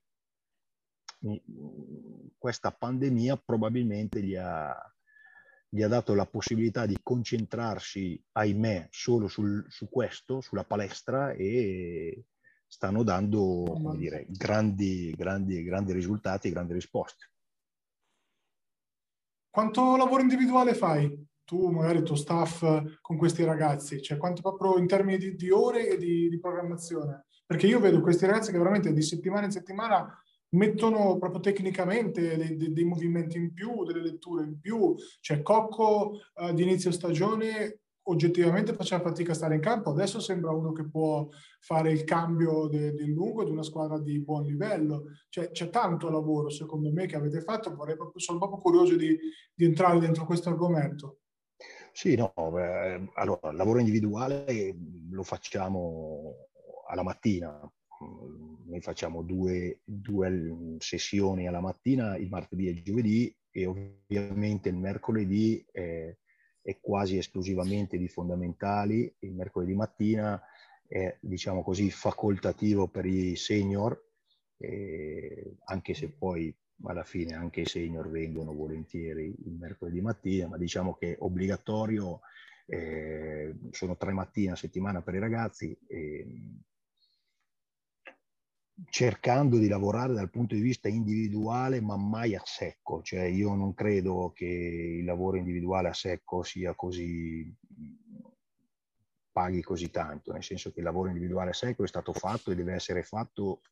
questa pandemia probabilmente gli ha dato la possibilità di concentrarsi, ahimè, solo su questo, sulla palestra, e stanno dando, come dire, grandi risultati e grandi risposte. Quanto lavoro individuale fai tu, magari il tuo staff, con questi ragazzi? Cioè, quanto proprio in termini di ore e di programmazione? Perché io vedo questi ragazzi che veramente di settimana in settimana mettono proprio tecnicamente dei movimenti in più, delle letture in più. Cioè, Cocco di inizio stagione, oggettivamente faceva fatica a stare in campo, adesso sembra uno che può fare il cambio del lungo di una squadra di buon livello. Cioè, c'è tanto lavoro, secondo me, che avete fatto. Sono proprio curioso di entrare dentro questo argomento. Sì, no, allora, il lavoro individuale lo facciamo alla mattina. Noi facciamo due sessioni alla mattina, il martedì e il giovedì, e ovviamente il mercoledì è quasi esclusivamente di fondamentali. Il mercoledì mattina è, diciamo così, facoltativo per i senior, anche se poi alla fine anche i senior vengono volentieri il mercoledì mattina, ma diciamo che è obbligatorio, sono 3 mattine a settimana per i ragazzi, cercando di lavorare dal punto di vista individuale, ma mai a secco. Cioè, io non credo che il lavoro individuale a secco sia così, paghi così tanto, nel senso che il lavoro individuale a secco è stato fatto e deve essere fatto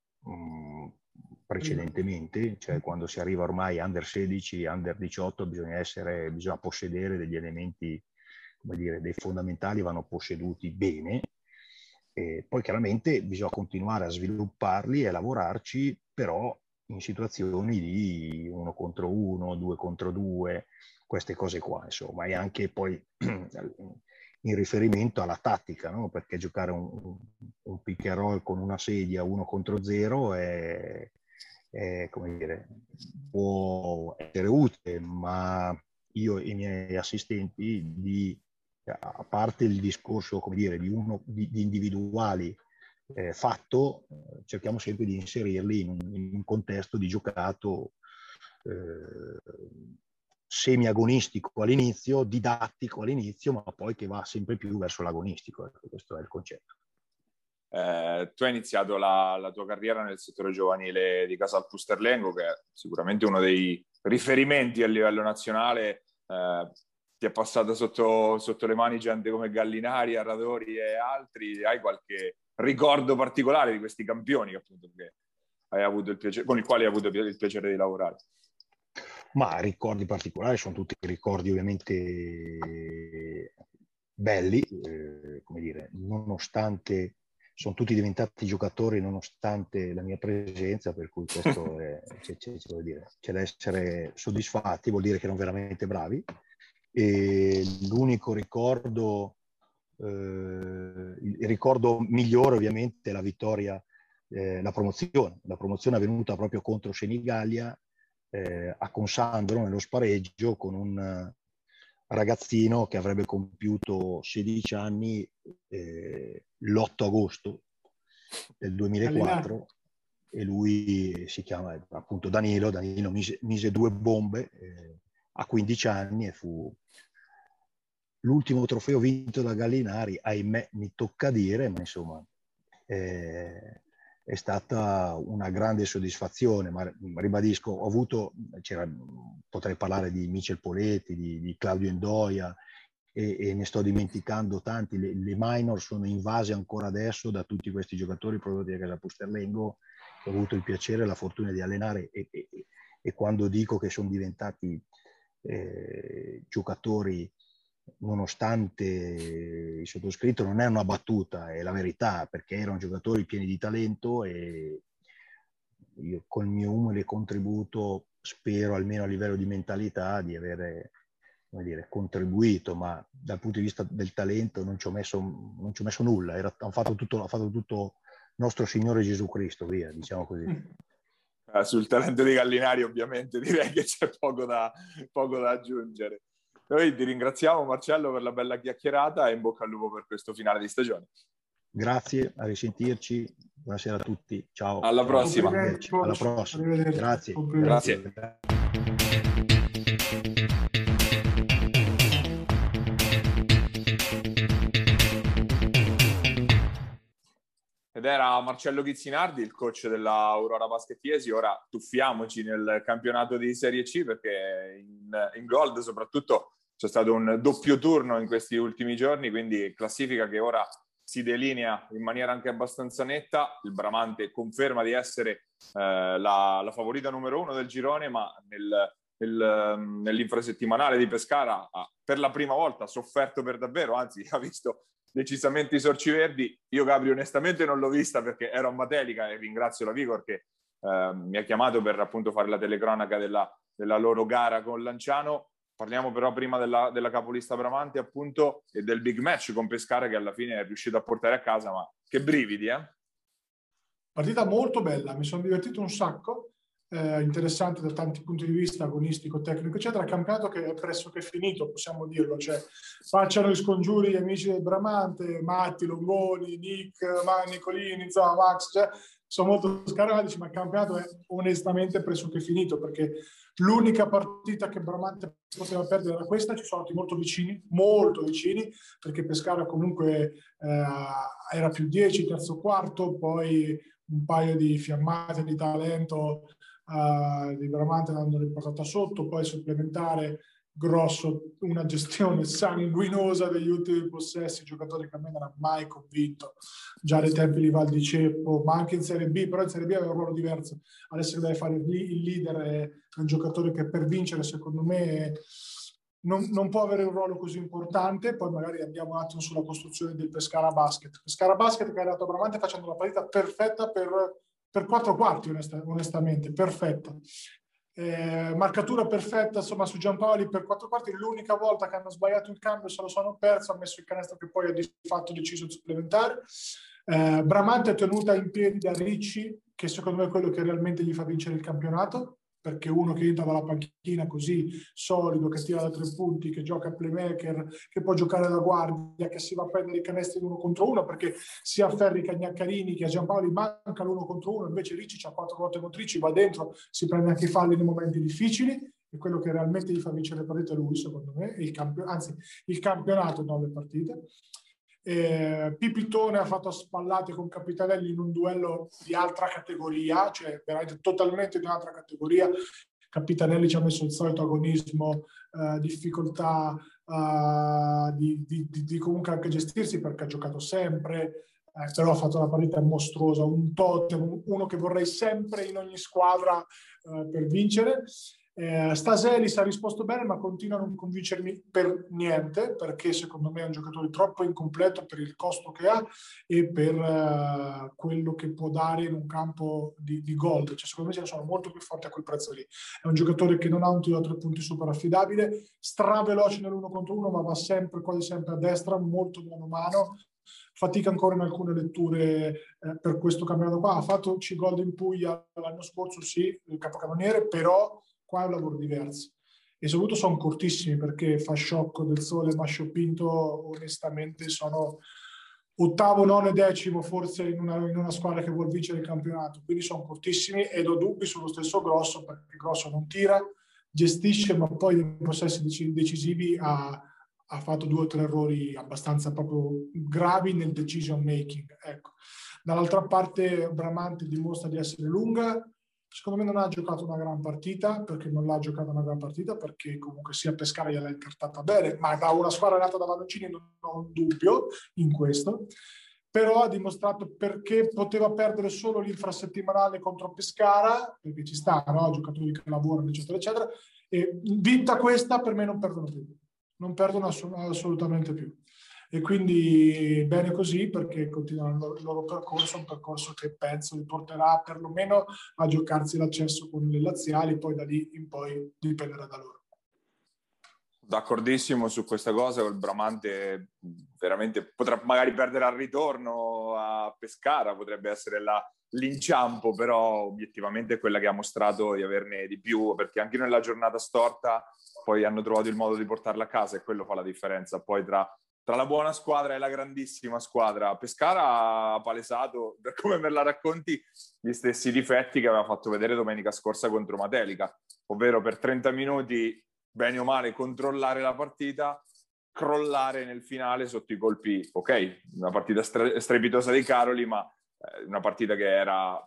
precedentemente, cioè quando si arriva ormai under 16, under 18, bisogna possedere degli elementi, come dire, dei fondamentali vanno posseduti bene. E poi chiaramente bisogna continuare a svilupparli e a lavorarci, però in situazioni di 1 contro 1, 2 contro 2, queste cose qua, insomma, e anche poi in riferimento alla tattica, no? Perché giocare un pick and roll con una sedia 1 contro 0 è, come dire, può essere utile, ma io e i miei assistenti, a parte il discorso, come dire, di individuali fatto, cerchiamo sempre di inserirli in un contesto di giocato semi-agonistico all'inizio, didattico all'inizio, ma poi che va sempre più verso l'agonistico. Questo è il concetto. Tu hai iniziato la tua carriera nel settore giovanile di Casal Pusterlengo, che è sicuramente uno dei riferimenti a livello nazionale. Ti è passata sotto le mani gente come Gallinari, Arradori e altri. Hai qualche ricordo particolare di questi campioni, appunto, che hai avuto il piacere, con i quali hai avuto il piacere di lavorare? Ma ricordi particolari sono tutti ricordi ovviamente belli, come dire, nonostante sono tutti diventati giocatori nonostante la mia presenza, per cui questo c'è da essere soddisfatti, vuol dire che erano veramente bravi. E l'unico ricordo, il ricordo migliore ovviamente è la vittoria, la promozione avvenuta proprio contro Senigallia, a Consandro nello spareggio, con un ragazzino che avrebbe compiuto 16 anni l'8 agosto del 2004, e lui si chiama appunto Danilo mise 2 bombe a 15 anni e fu l'ultimo trofeo vinto da Gallinari, ahimè mi tocca dire, ma insomma è stata una grande soddisfazione. Ma ribadisco, potrei parlare di Michel Poletti, di Claudio Indoia, e ne sto dimenticando tanti. Le minor sono invase ancora adesso da tutti questi giocatori prodotti da Casal Pusterlengo, che ho avuto il piacere e la fortuna di allenare, e quando dico che sono diventati giocatori nonostante il sottoscritto, non è una battuta, è la verità, perché erano giocatori pieni di talento, e io col mio umile contributo spero, almeno a livello di mentalità, di avere, come dire, contribuito, ma dal punto di vista del talento non ci ho messo nulla. Ha fatto tutto nostro Signore Gesù Cristo, via, diciamo così. Sul talento di Gallinari ovviamente direi che c'è poco da aggiungere. Noi ti ringraziamo, Marcello, per la bella chiacchierata, e in bocca al lupo per questo finale di stagione. Grazie, a risentirci, buonasera a tutti, ciao. Alla prossima. Alla prossima. Grazie. Grazie. Ed era Marcello Ghizzinardi, il coach della Aurora Basket Chiesi. Ora tuffiamoci nel campionato di Serie C, perché in Gold soprattutto c'è stato un doppio turno in questi ultimi giorni, quindi classifica che ora si delinea in maniera anche abbastanza netta. Il Bramante conferma di essere la favorita numero 1 del girone, ma nel nell'infrasettimanale di Pescara ha per la prima volta sofferto per davvero, anzi ha visto decisamente i sorci verdi. Io Gabri onestamente non l'ho vista perché ero a Matelica e ringrazio la Vigor che mi ha chiamato per appunto fare la telecronaca della loro gara con Lanciano. Parliamo però prima della capolista Bramante appunto e del big match con Pescara che alla fine è riuscito a portare a casa, ma che brividi, eh? Partita molto bella, mi sono divertito un sacco, interessante da tanti punti di vista, agonistico, tecnico, eccetera. Campionato che è pressoché finito, possiamo dirlo, cioè facciano gli scongiuri gli amici del Bramante, Matti, Longoni, Nick, Nicolini, insomma, Max, cioè, sono molto scarati, ma il campionato è onestamente pressoché finito, perché l'unica partita che Bramante poteva perdere era questa. Ci sono stati molto vicini, perché Pescara comunque era più 10, terzo quarto, poi un paio di fiammate di talento di Bramante l'hanno riportata sotto, poi supplementare grosso, una gestione sanguinosa degli ultimi possessi, giocatori che a me non hanno mai convinto, già dai tempi di Val di Ceppo, ma anche in Serie B, però in Serie B aveva un ruolo diverso. Adesso deve fare il leader, è un giocatore che per vincere secondo me non può avere un ruolo così importante. Poi magari andiamo un attimo sulla costruzione del Pescara Basket. Pescara Basket che ha dato a Bramante facendo la partita perfetta per 4 quarti, onestamente, perfetta. Marcatura perfetta, insomma, su Giampaoli per 4 quarti. L'unica volta che hanno sbagliato il cambio se lo sono perso, ha messo il canestro che poi ha di fatto deciso di supplementare. Bramante è tenuta in piedi da Ricci, che secondo me è quello che realmente gli fa vincere il campionato, perché uno che entra dalla panchina così solido, che tira da 3 punti, che gioca a playmaker, che può giocare da guardia, che si va a prendere i canestri in 1 contro 1, perché sia a Ferri che a Gnaccarini che a Giampaoli manca l'1 contro 1, invece Ricci c'ha 4 volte contro Ricci, va dentro, si prende anche i falli nei momenti difficili, e quello che realmente gli fa vincere le partite è lui, secondo me, il campionato, non le partite. Pipitone ha fatto spallate con Capitanelli in un duello di altra categoria, cioè veramente totalmente di un'altra categoria. Capitanelli ci ha messo il solito agonismo, difficoltà di comunque anche gestirsi, perché ha giocato sempre, però ha fatto una partita mostruosa, un totem, uno che vorrei sempre in ogni squadra per vincere. Staselis ha risposto bene, ma continua a non convincermi per niente, perché secondo me è un giocatore troppo incompleto per il costo che ha e per quello che può dare in un campo di gold. Cioè, secondo me ce ne sono molto più forti a quel prezzo lì. È un giocatore che non ha un tiro a 3 punti super affidabile, straveloce nell'1 contro 1, ma va sempre, quasi sempre a destra, molto mano a mano. Fatica ancora in alcune letture per questo campionato qua. Ha fatto 5 gol in Puglia l'anno scorso, sì, il capocannoniere, però qua è un lavoro diverso, e soprattutto sono cortissimi, perché Fasciocco, Del Sole e Mascio Pinto onestamente sono 8º, 9º e 10º forse in una squadra che vuol vincere il campionato, quindi sono cortissimi, ed ho dubbi sullo stesso Grosso, perché Grosso non tira, gestisce, ma poi nei possessi decisivi ha fatto 2 o 3 errori abbastanza proprio gravi nel decision making, ecco. Dall'altra parte Bramante dimostra di essere lunga. Secondo me non ha giocato una gran partita, perché perché comunque sia Pescara gliel'ha incartata bene, ma da una squadra nata da Vannuccini non ho un dubbio in questo. Però ha dimostrato perché poteva perdere solo l'infrasettimanale contro Pescara, perché ci sta, no? Giocatori che lavorano, eccetera, eccetera. E vinta questa, per me non perdono più. Non perdono assolutamente più. E quindi bene così, perché continuano il loro percorso, un percorso che penso li porterà perlomeno a giocarsi l'accesso con le laziali, poi da lì in poi dipenderà da loro. D'accordissimo su questa cosa. Il Bramante veramente potrà magari perdere al ritorno a Pescara, potrebbe essere l'inciampo, però obiettivamente è quella che ha mostrato di averne di più, perché anche nella giornata storta poi hanno trovato il modo di portarla a casa, e quello fa la differenza poi tra la buona squadra e la grandissima squadra. Pescara ha palesato, per come me la racconti, gli stessi difetti che aveva fatto vedere domenica scorsa contro Matelica, ovvero per 30 minuti, bene o male, controllare la partita, crollare nel finale sotto i colpi. Ok, una partita strepitosa di Caroli, ma una partita che era,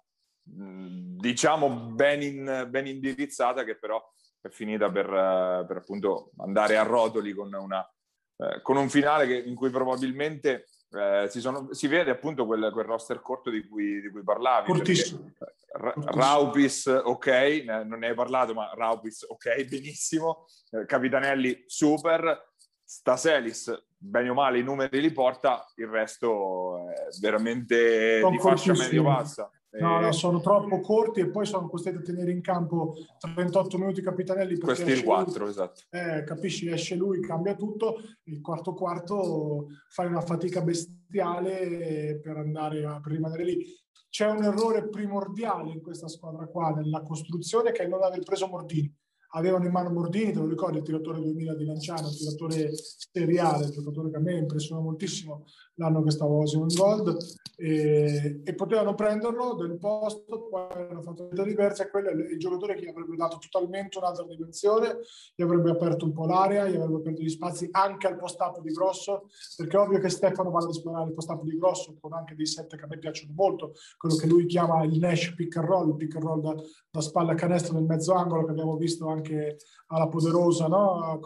diciamo, ben indirizzata, che però è finita per appunto andare a rotoli con un finale in cui probabilmente si vede appunto quel roster corto di cui parlavi. Raupis, ok, non ne hai parlato, ma Raupis, ok, benissimo. Capitanelli, super. Staselis, bene o male, i numeri li porta, il resto è veramente di fascia medio-bassa. No, sono troppo corti e poi sono costretti a tenere in campo 38 minuti Capitanelli. Questi il 4, esatto. Capisci, esce lui, cambia tutto, il quarto fai una fatica bestiale per rimanere lì. C'è un errore primordiale in questa squadra qua, nella costruzione, che è non aver preso Mordini. Avevano in mano Mordini, te lo ricordi, il tiratore 2000 di Lanciano, il tiratore seriale, il giocatore che a me impressiona moltissimo l'anno che stavo a Osimo in Gold, e potevano prenderlo del posto, poi hanno fatto una diversa, e quello è il giocatore che gli avrebbe dato totalmente un'altra dimensione, gli avrebbe aperto un po' l'area, gli avrebbe aperto gli spazi anche al post-up di Grosso, perché è ovvio che Stefano va ad esplorare il post-up di Grosso con anche dei set che a me piacciono molto, quello che lui chiama il Nash pick and roll da spalla a canestro nel mezzo angolo, che abbiamo visto anche alla Poderosa, no?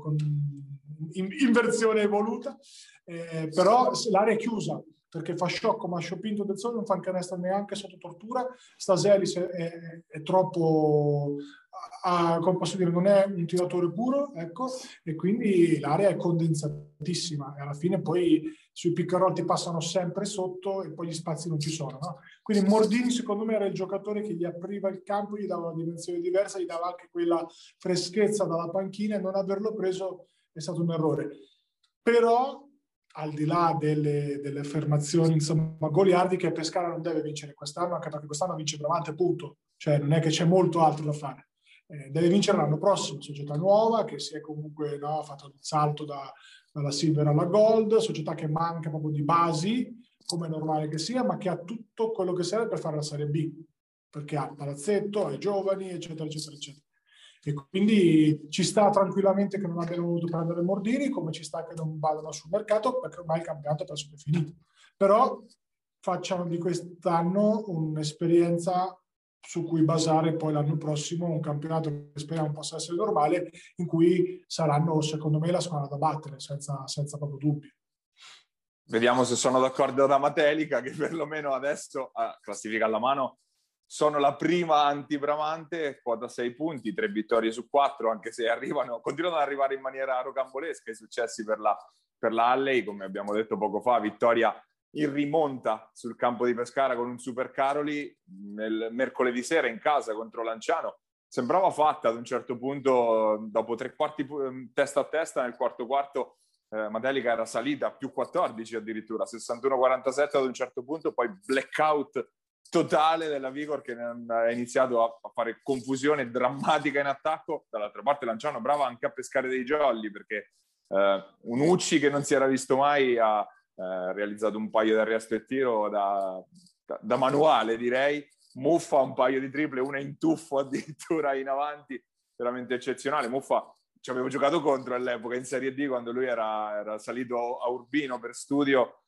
In versione evoluta, però l'area è chiusa perché fa sciocco, ma Sciopinto del Sole non fa il canestro neanche sotto tortura. Staselis è troppo, come posso dire, non è un tiratore puro, ecco, e quindi l'area è condensatissima e alla fine poi sui pick and roll ti passano sempre sotto e poi gli spazi non ci sono, no? Quindi Mordini secondo me era il giocatore che gli apriva il campo, gli dava una dimensione diversa, gli dava anche quella freschezza dalla panchina, e non averlo preso è stato un errore. Però al di là delle affermazioni, insomma, goliardiche, Pescara non deve vincere quest'anno, anche perché quest'anno vince Bramante, punto. Cioè non è che c'è molto altro da fare. Deve vincere l'anno prossimo, società nuova che si è comunque fatto il salto dalla silver alla gold, società che manca proprio di basi, come è normale che sia, ma che ha tutto quello che serve per fare la Serie B, perché ha il palazzetto, ha i giovani, eccetera, eccetera, eccetera. E quindi ci sta tranquillamente che non abbiano voluto prendere Mordini, come ci sta che non vadano sul mercato, perché ormai il campionato è pressoché finito. Però facciano di quest'anno un'esperienza su cui basare poi l'anno prossimo un campionato che speriamo possa essere normale, in cui saranno secondo me la squadra da battere, senza proprio dubbio. Vediamo se sono d'accordo da Matelica, che perlomeno adesso, classifica alla mano, sono la prima anti-Bramante, quota 6 punti, 3 vittorie su 4, anche se continuano ad arrivare in maniera rocambolesca i successi per la Alley, come abbiamo detto poco fa, vittoria in rimonta sul campo di Pescara con un Super Caroli nel mercoledì sera in casa contro Lanciano. Sembrava fatta ad un certo punto, dopo 3 quarti testa a testa, nel quarto Matelica era salita a più 14 addirittura, 61-47 ad un certo punto, poi blackout totale della Vigor che ha iniziato a fare confusione drammatica in attacco. Dall'altra parte Lanciano brava anche a pescare dei jolly, perché un Ucci che non si era visto mai ha realizzato un paio di arresto e tiro da manuale, direi. Muffa un paio di triple, una in tuffo addirittura in avanti, veramente eccezionale. Muffa ci avevo giocato contro all'epoca in Serie D quando lui era salito a Urbino per studio,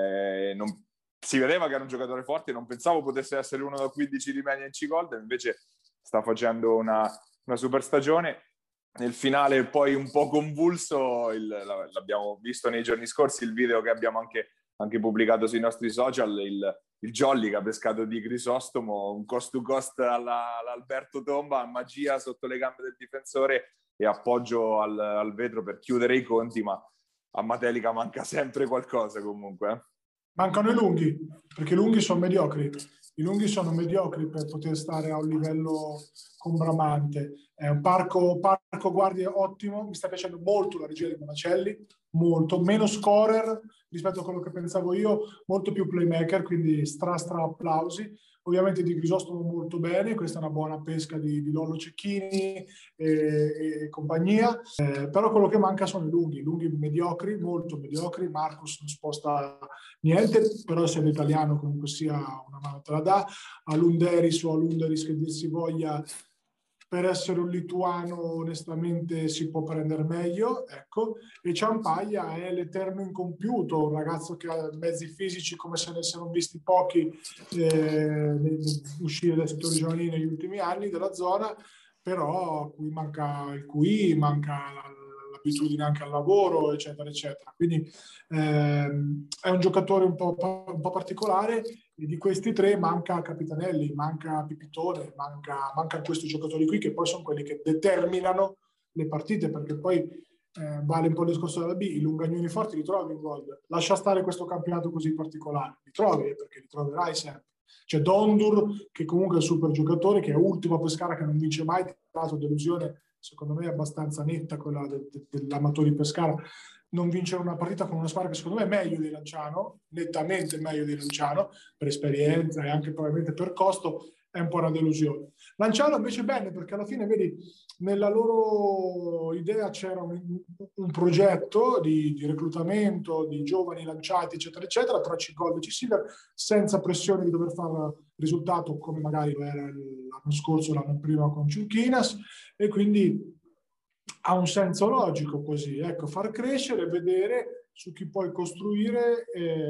si vedeva che era un giocatore forte, non pensavo potesse essere uno da 15 di media in C-Gold, invece sta facendo una super stagione. Nel finale poi un po' convulso, l'abbiamo visto nei giorni scorsi, il video che abbiamo anche pubblicato sui nostri social, il jolly che ha pescato di Crisostomo, un cost to cost all'Alberto Tomba, magia sotto le gambe del difensore e appoggio al vetro per chiudere i conti, ma a Matelica manca sempre qualcosa comunque. Mancano i lunghi, perché i lunghi sono mediocri. I lunghi sono mediocri per poter stare a un livello con Bramante. È un parco guardie ottimo, mi sta piacendo molto la regia di Monacelli, molto, meno scorer rispetto a quello che pensavo io, molto più playmaker, quindi stra applausi. Ovviamente di Crisostomo molto bene, questa è una buona pesca di Lollo Cecchini e compagnia, però quello che manca sono i lunghi mediocri, molto mediocri. Marcus non sposta niente, però essendo italiano comunque sia una mano te la dà. A Lunderis o a Lunderis che dir si voglia, per essere un lituano onestamente si può prendere meglio, ecco. E Ciampaglia è l'eterno incompiuto, un ragazzo che ha mezzi fisici come se ne siano visti pochi uscire dai settori giovanili negli ultimi anni della zona, però a cui manca il QI, manca l'abitudine anche al lavoro, eccetera, eccetera. Quindi è un giocatore un po' particolare E di questi tre manca Capitanelli, manca Pipitone, manca questi giocatori qui che poi sono quelli che determinano le partite, perché poi vale un po' il discorso della B, i lungagnoni forti li trovi in gol. Lascia stare questo campionato così particolare, li trovi perché li troverai sempre. C'è Dondur che comunque è un super giocatore, che è ultimo a Pescara, che non vince mai, tra l'altro delusione secondo me è abbastanza netta quella dell'Amatori Pescara, non vincere una partita con una squadra che secondo me è meglio di Lanciano, nettamente meglio di Lanciano, per esperienza e anche probabilmente per costo, è un po' una delusione. Lanciano invece bene, perché alla fine, vedi, nella loro idea c'era un progetto di reclutamento di giovani lanciati, eccetera, eccetera, tra 5 gol decisivi, senza pressione di dover fare risultato come magari lo era l'anno scorso, l'anno prima con Ciuchinas, e quindi ha un senso logico così, ecco, far crescere, vedere su chi puoi costruire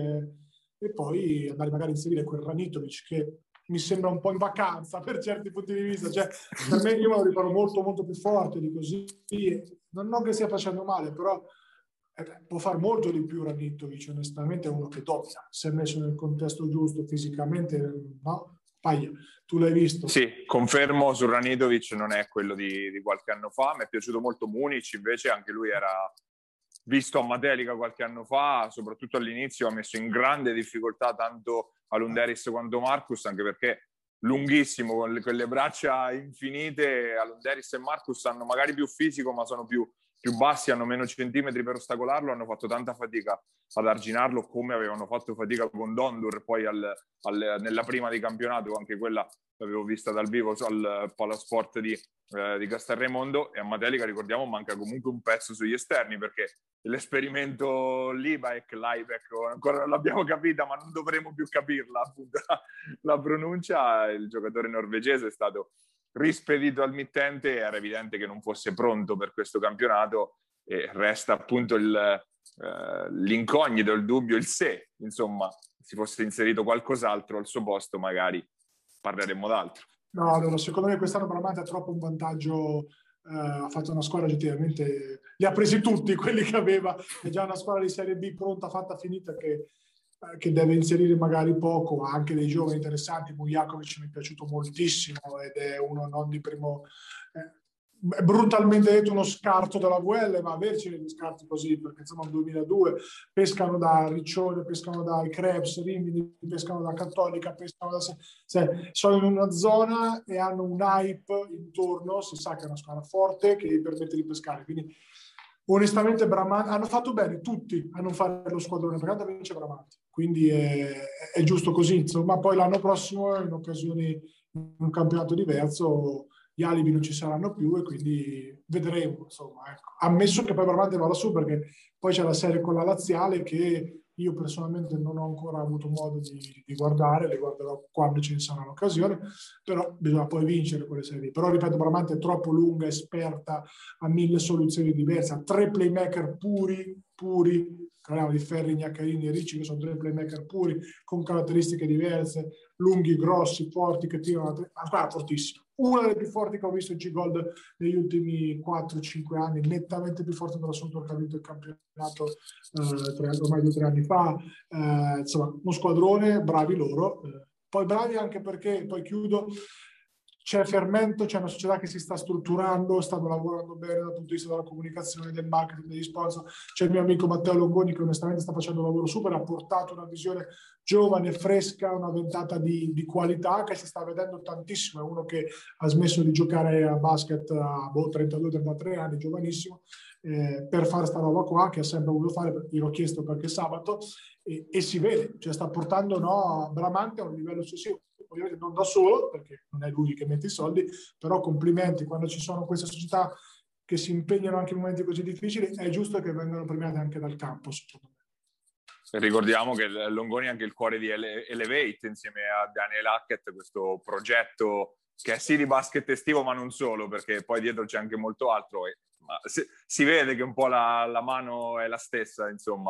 e poi andare magari a inserire quel Ranitovic che mi sembra un po' in vacanza per certi punti di vista, cioè per me io me lo ricordo molto molto più forte di così, non che stia facendo male, però può far molto di più Ranitovic, onestamente è uno che domina, se è messo nel contesto giusto fisicamente, no? Paglia, tu l'hai visto? Sì, confermo su Ranitovic, non è quello di qualche anno fa. Mi è piaciuto molto Munic, invece anche lui era visto a Matelica qualche anno fa, soprattutto all'inizio ha messo in grande difficoltà tanto Alunderis quanto Marcus, anche perché lunghissimo, con quelle braccia infinite. Alunderis e Marcus hanno magari più fisico, ma sono più bassi, hanno meno centimetri per ostacolarlo, hanno fatto tanta fatica ad arginarlo, come avevano fatto fatica con Dondur poi nella prima di campionato, anche quella l'avevo vista dal vivo al Palasport di Castelraimondo. E a Matelica, ricordiamo, manca comunque un pezzo sugli esterni, perché l'esperimento Liebeck ancora non l'abbiamo capita, ma non dovremo più capirla, appunto, la pronuncia. Il giocatore norvegese è stato rispedito al mittente, era evidente che non fosse pronto per questo campionato, e resta appunto l'incognito, il dubbio, il se, insomma, si fosse inserito qualcos'altro al suo posto magari parleremmo d'altro. No, allora, secondo me quest'anno Bramante ha troppo un vantaggio, ha fatto una squadra oggettivamente, li ha presi tutti quelli che aveva, è già una squadra di Serie B pronta, fatta, finita, che deve inserire magari poco, ha anche dei giovani interessanti. Mujakovic mi è piaciuto moltissimo ed è uno non di primo, brutalmente detto uno scarto della VL, ma averci degli scarti così, perché insomma nel 2002 pescano da Riccione, pescano dai Krebs, Rimini, pescano da Cattolica, pescano sono in una zona e hanno un hype intorno, si sa che è una squadra forte che gli permette di pescare, quindi onestamente Bramante hanno fatto bene tutti a non fare lo squadrone, perché tanto vince Bramante, quindi è giusto così, insomma. Poi l'anno prossimo, in occasioni in un campionato diverso, gli alibi non ci saranno più e quindi vedremo, insomma, ecco. Ammesso che poi Bramante vada su, perché poi c'è la serie con la Laziale che io personalmente non ho ancora avuto modo di guardare, le guarderò quando ce ne sarà l'occasione, però bisogna poi vincere quelle serie. Però ripeto, Bramante è troppo lunga, esperta, ha 1000 soluzioni diverse, ha 3 playmaker puri, parliamo di Ferri, Gnaccarini e Ricci, che sono 3 playmaker puri, con caratteristiche diverse, lunghi, grossi, forti, che tirano, ma fortissimo. Una delle più forti che ho visto in C-Gold negli ultimi 4-5 anni, nettamente più forte dell'assoluto che ha vinto il campionato ormai 2 o 3 anni fa. Insomma, uno squadrone, bravi loro. Poi bravi anche perché, poi chiudo, c'è fermento, c'è una società che si sta strutturando, stanno lavorando bene dal punto di vista della comunicazione, del marketing, degli sponsor. C'è il mio amico Matteo Longoni che onestamente sta facendo un lavoro super, ha portato una visione giovane, fresca, una ventata di qualità che si sta vedendo tantissimo. È uno che ha smesso di giocare a basket a 32-33 anni, giovanissimo, per fare sta roba qua che ha sempre voluto fare. Io l'ho chiesto perché sabato e si vede, cioè sta portando Bramante a un livello successivo. Ovviamente non da solo, perché non è lui che mette i soldi, però complimenti, quando ci sono queste società che si impegnano anche in momenti così difficili, è giusto che vengano premiate anche dal campo, secondo me. Ricordiamo che Longoni è anche il cuore di Elevate insieme a Daniel Hackett, questo progetto che è sì di basket estivo, ma non solo, perché poi dietro c'è anche molto altro, ma si vede che un po' la mano è la stessa, insomma.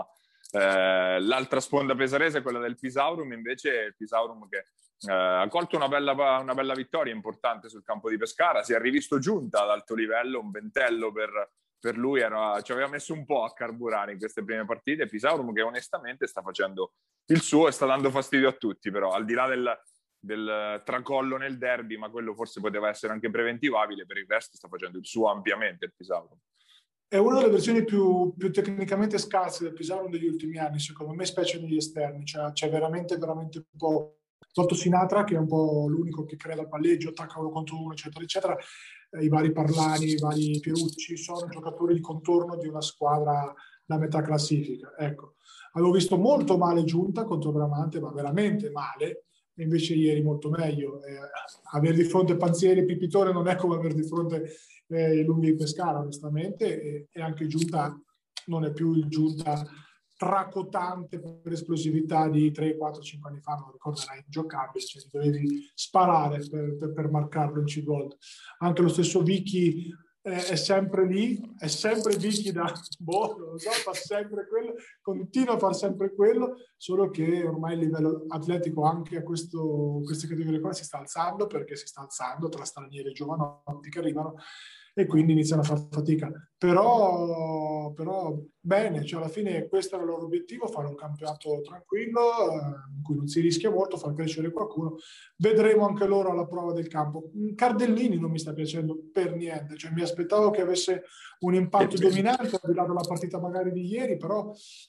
L'altra sponda pesarese è quella del Pisaurum, invece il Pisaurum che ha colto una bella vittoria importante sul campo di Pescara, si è rivisto Giunta ad alto livello, un ventello per per lui ci aveva messo un po' a carburare in queste prime partite. Pisaurum che onestamente sta facendo il suo e sta dando fastidio a tutti, però al di là del tracollo nel derby, ma quello forse poteva essere anche preventivabile, per il resto sta facendo il suo ampiamente il Pisaurum. È una delle versioni più tecnicamente scarse del Pisaurum degli ultimi anni, secondo me, specie negli esterni. Cioè, c'è veramente un po'... Tolto Sinatra, che è un po' l'unico che crea il palleggio, attacca uno contro uno, eccetera, eccetera. I vari Parlani, i vari Pierucci sono giocatori di contorno di una squadra da metà classifica. Ecco, avevo visto molto male Giunta contro Bramante, ma veramente male. Invece ieri molto meglio. Avere di fronte Panzieri e Pipitone non è come avere di fronte i Lunghi di Pescara, onestamente, e anche Giunta non è più il Giunta tracotante per esplosività di 3, 4, 5 anni fa, non ricorderai, ingiocabile, cioè dovevi sparare per marcarlo in C-Gold. Anche lo stesso Vicky è sempre lì, è sempre Vicky da non lo so, fa sempre quello, continua a fare sempre quello, solo che ormai il livello atletico anche a queste categorie qua si sta alzando, perché si sta alzando tra stranieri e giovanotti che arrivano e quindi iniziano a fare fatica. Però bene, cioè alla fine questo era il loro obiettivo, fare un campionato tranquillo, in cui non si rischia molto, far crescere qualcuno. Vedremo anche loro alla prova del campo. Cardellini non mi sta piacendo per niente, cioè mi aspettavo che avesse un impatto dominante, al di là della partita magari di ieri, però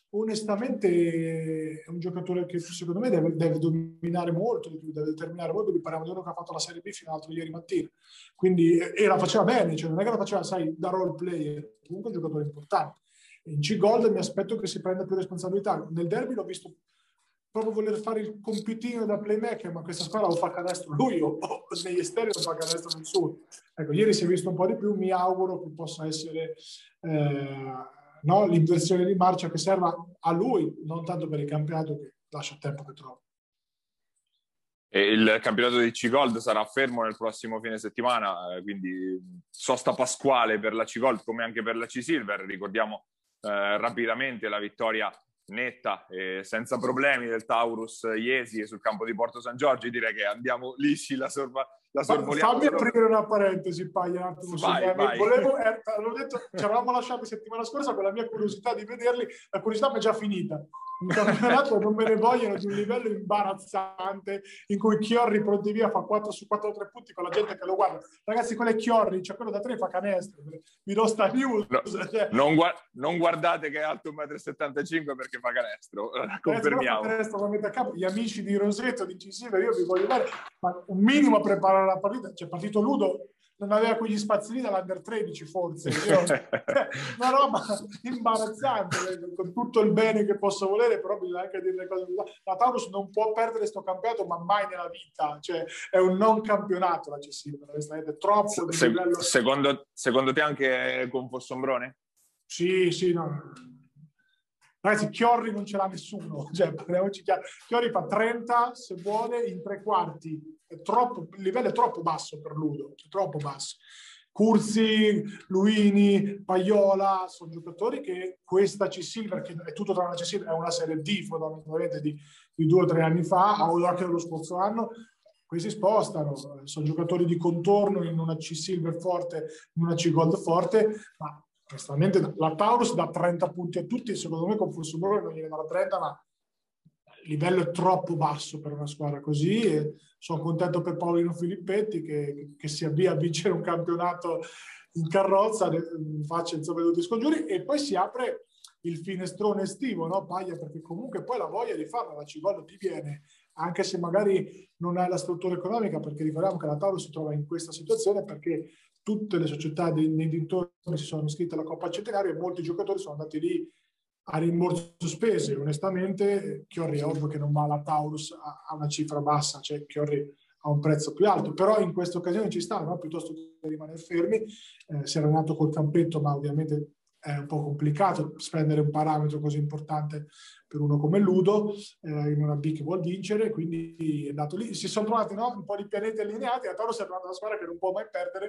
onestamente è un giocatore che secondo me deve dominare molto di più, deve determinare molto di più. Parliamo di uno che ha fatto la Serie B fino all'altro ieri mattina, quindi, e la faceva bene, cioè non è che la faceva, sai, da role player, comunque un giocatore importante. In C-Gold mi aspetto che si prenda più responsabilità. Nel derby l'ho visto proprio voler fare il compitino da playmaker, ma questa squadra o fa canestro lui o negli esterni non fa canestro nessuno. Ecco, ieri si è visto un po' di più, mi auguro che possa essere l'inversione di marcia che serva a lui, non tanto per il campionato che lascia tempo che trova. E il campionato di C-Gold sarà fermo nel prossimo fine settimana, quindi sosta pasquale per la C-Gold come anche per la C-Silver. Ricordiamo rapidamente la vittoria netta e senza problemi del Taurus Iesi sul campo di Porto San Giorgio. Direi che andiamo lisci, la sorvoliamo. Fammi aprire una parentesi, Paglia, un attimo. Vai. Avevo detto, ci eravamo lasciati settimana scorsa con la mia curiosità di vederli, la curiosità mi è già finita. Un campionato non me ne vogliono, di un livello imbarazzante in cui Chiorri pronti via fa 4 su 4 3 punti con la gente che lo guarda. Ragazzi, quello è Chiorri, cioè quello da 3 fa canestro, vi do sta news. No, cioè, non guardate che è alto 1,75 m perché fa canestro, confermiamo. Fa canestro, gli amici di Roseto, di Incisive, io vi voglio bene, ma un minimo a preparare la partita. C'è partito Ludo, non aveva quegli spazzini dall'Under 13 forse, una roba imbarazzante, con tutto il bene che posso volere, però bisogna anche dire le cose. La Taurus non può perdere sto campionato, ma mai nella vita, cioè è un non campionato la C-Silver, è troppo di livello. Secondo te anche con Fossombrone? Sì, no. Ragazzi, Chiorri non ce l'ha nessuno, cioè, parliamoci chiaro. Chiorri fa 30 se vuole in 3 quarti, il livello è troppo basso per Ludo, è troppo basso. Curzi, Luini, Paiola sono giocatori che questa C-Silver, che è tutto tra una C-Silver, è una Serie D fondamentalmente di 2 o 3 anni fa, o anche dello scorso anno, questi spostano, sono giocatori di contorno in una C-Silver forte, in una C-Gold forte, ma onestamente la Taurus dà 30 punti a tutti, secondo me con Fossombrone non gliene darà 30, ma il livello è troppo basso per una squadra così, e sono contento per Paolino Filippetti che si avvia a vincere un campionato in carrozza, faccia insomma venuti scongiuri, e poi si apre il finestrone estivo, no Paglia, perché comunque poi la voglia di farla, la C-Gold ti viene, anche se magari non hai la struttura economica, perché ricordiamo che la Taurus si trova in questa situazione perché tutte le società nei dintorni si sono iscritte alla Coppa Centenario e molti giocatori sono andati lì a rimborso spese. Onestamente Chiorri è ovvio che non va alla Taurus a una cifra bassa, cioè Chiorri ha un prezzo più alto, però in questa occasione ci sta, no? Piuttosto che rimanere fermi. Si era nato col campetto, ma ovviamente è un po' complicato spendere un parametro così importante per uno come Ludo, in una B che vuol vincere, quindi è andato lì. Si sono trovati, no? Un po' di pianeti allineati, la Taurus è una squadra che non può mai perdere,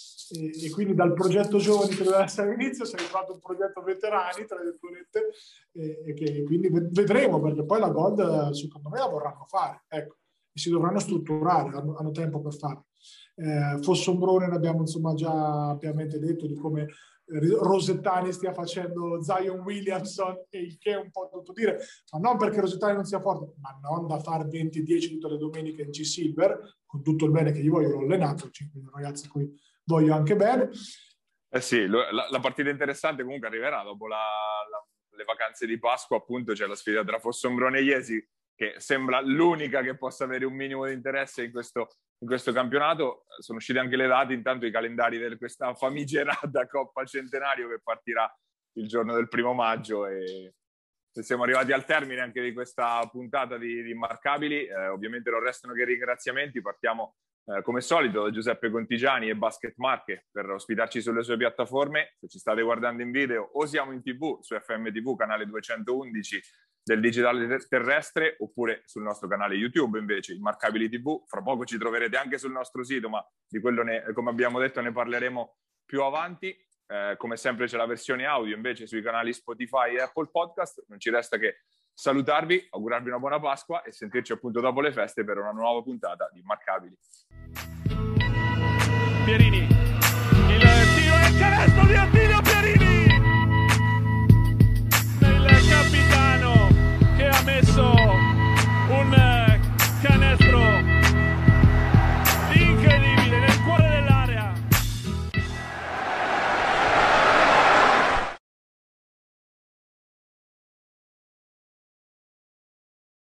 e quindi dal progetto giovani che doveva essere all'inizio si è ritrovato un progetto veterani, tra virgolette, e che quindi vedremo, perché poi la Gold secondo me la vorranno fare, ecco, e si dovranno strutturare, hanno tempo per farlo. Fossombrone ne abbiamo insomma già ampiamente detto di come Rosettani stia facendo Zion Williamson, e il che è un po' tutto dire, ma non perché Rosettani non sia forte, ma non da fare 20-10 tutte le domeniche in G-Silver, con tutto il bene che gli voglio, l'ho allenato, 5 ragazzi a cui voglio anche bene. Sì, la partita interessante comunque arriverà dopo le vacanze di Pasqua, appunto c'è la sfida tra Fossombrone e Iesi, che sembra l'unica che possa avere un minimo di interesse in questo campionato. Sono uscite anche le date, intanto i calendari di questa famigerata Coppa Centenario che partirà il giorno del 1° maggio, e siamo arrivati al termine anche di questa puntata di Immarcabili. Ovviamente non restano che ringraziamenti. Partiamo come solito da Giuseppe Contigiani e Basket Marche per ospitarci sulle sue piattaforme. Se ci state guardando in video o siamo in TV su FM TV canale 211 del digitale terrestre, oppure sul nostro canale YouTube invece Immarcabili TV. Fra poco ci troverete anche sul nostro sito, ma di quello come abbiamo detto ne parleremo più avanti. Come sempre c'è la versione audio invece sui canali Spotify e Apple Podcast. Non ci resta che salutarvi, augurarvi una buona Pasqua e sentirci appunto dopo le feste per una nuova puntata di Immarcabili. Pierini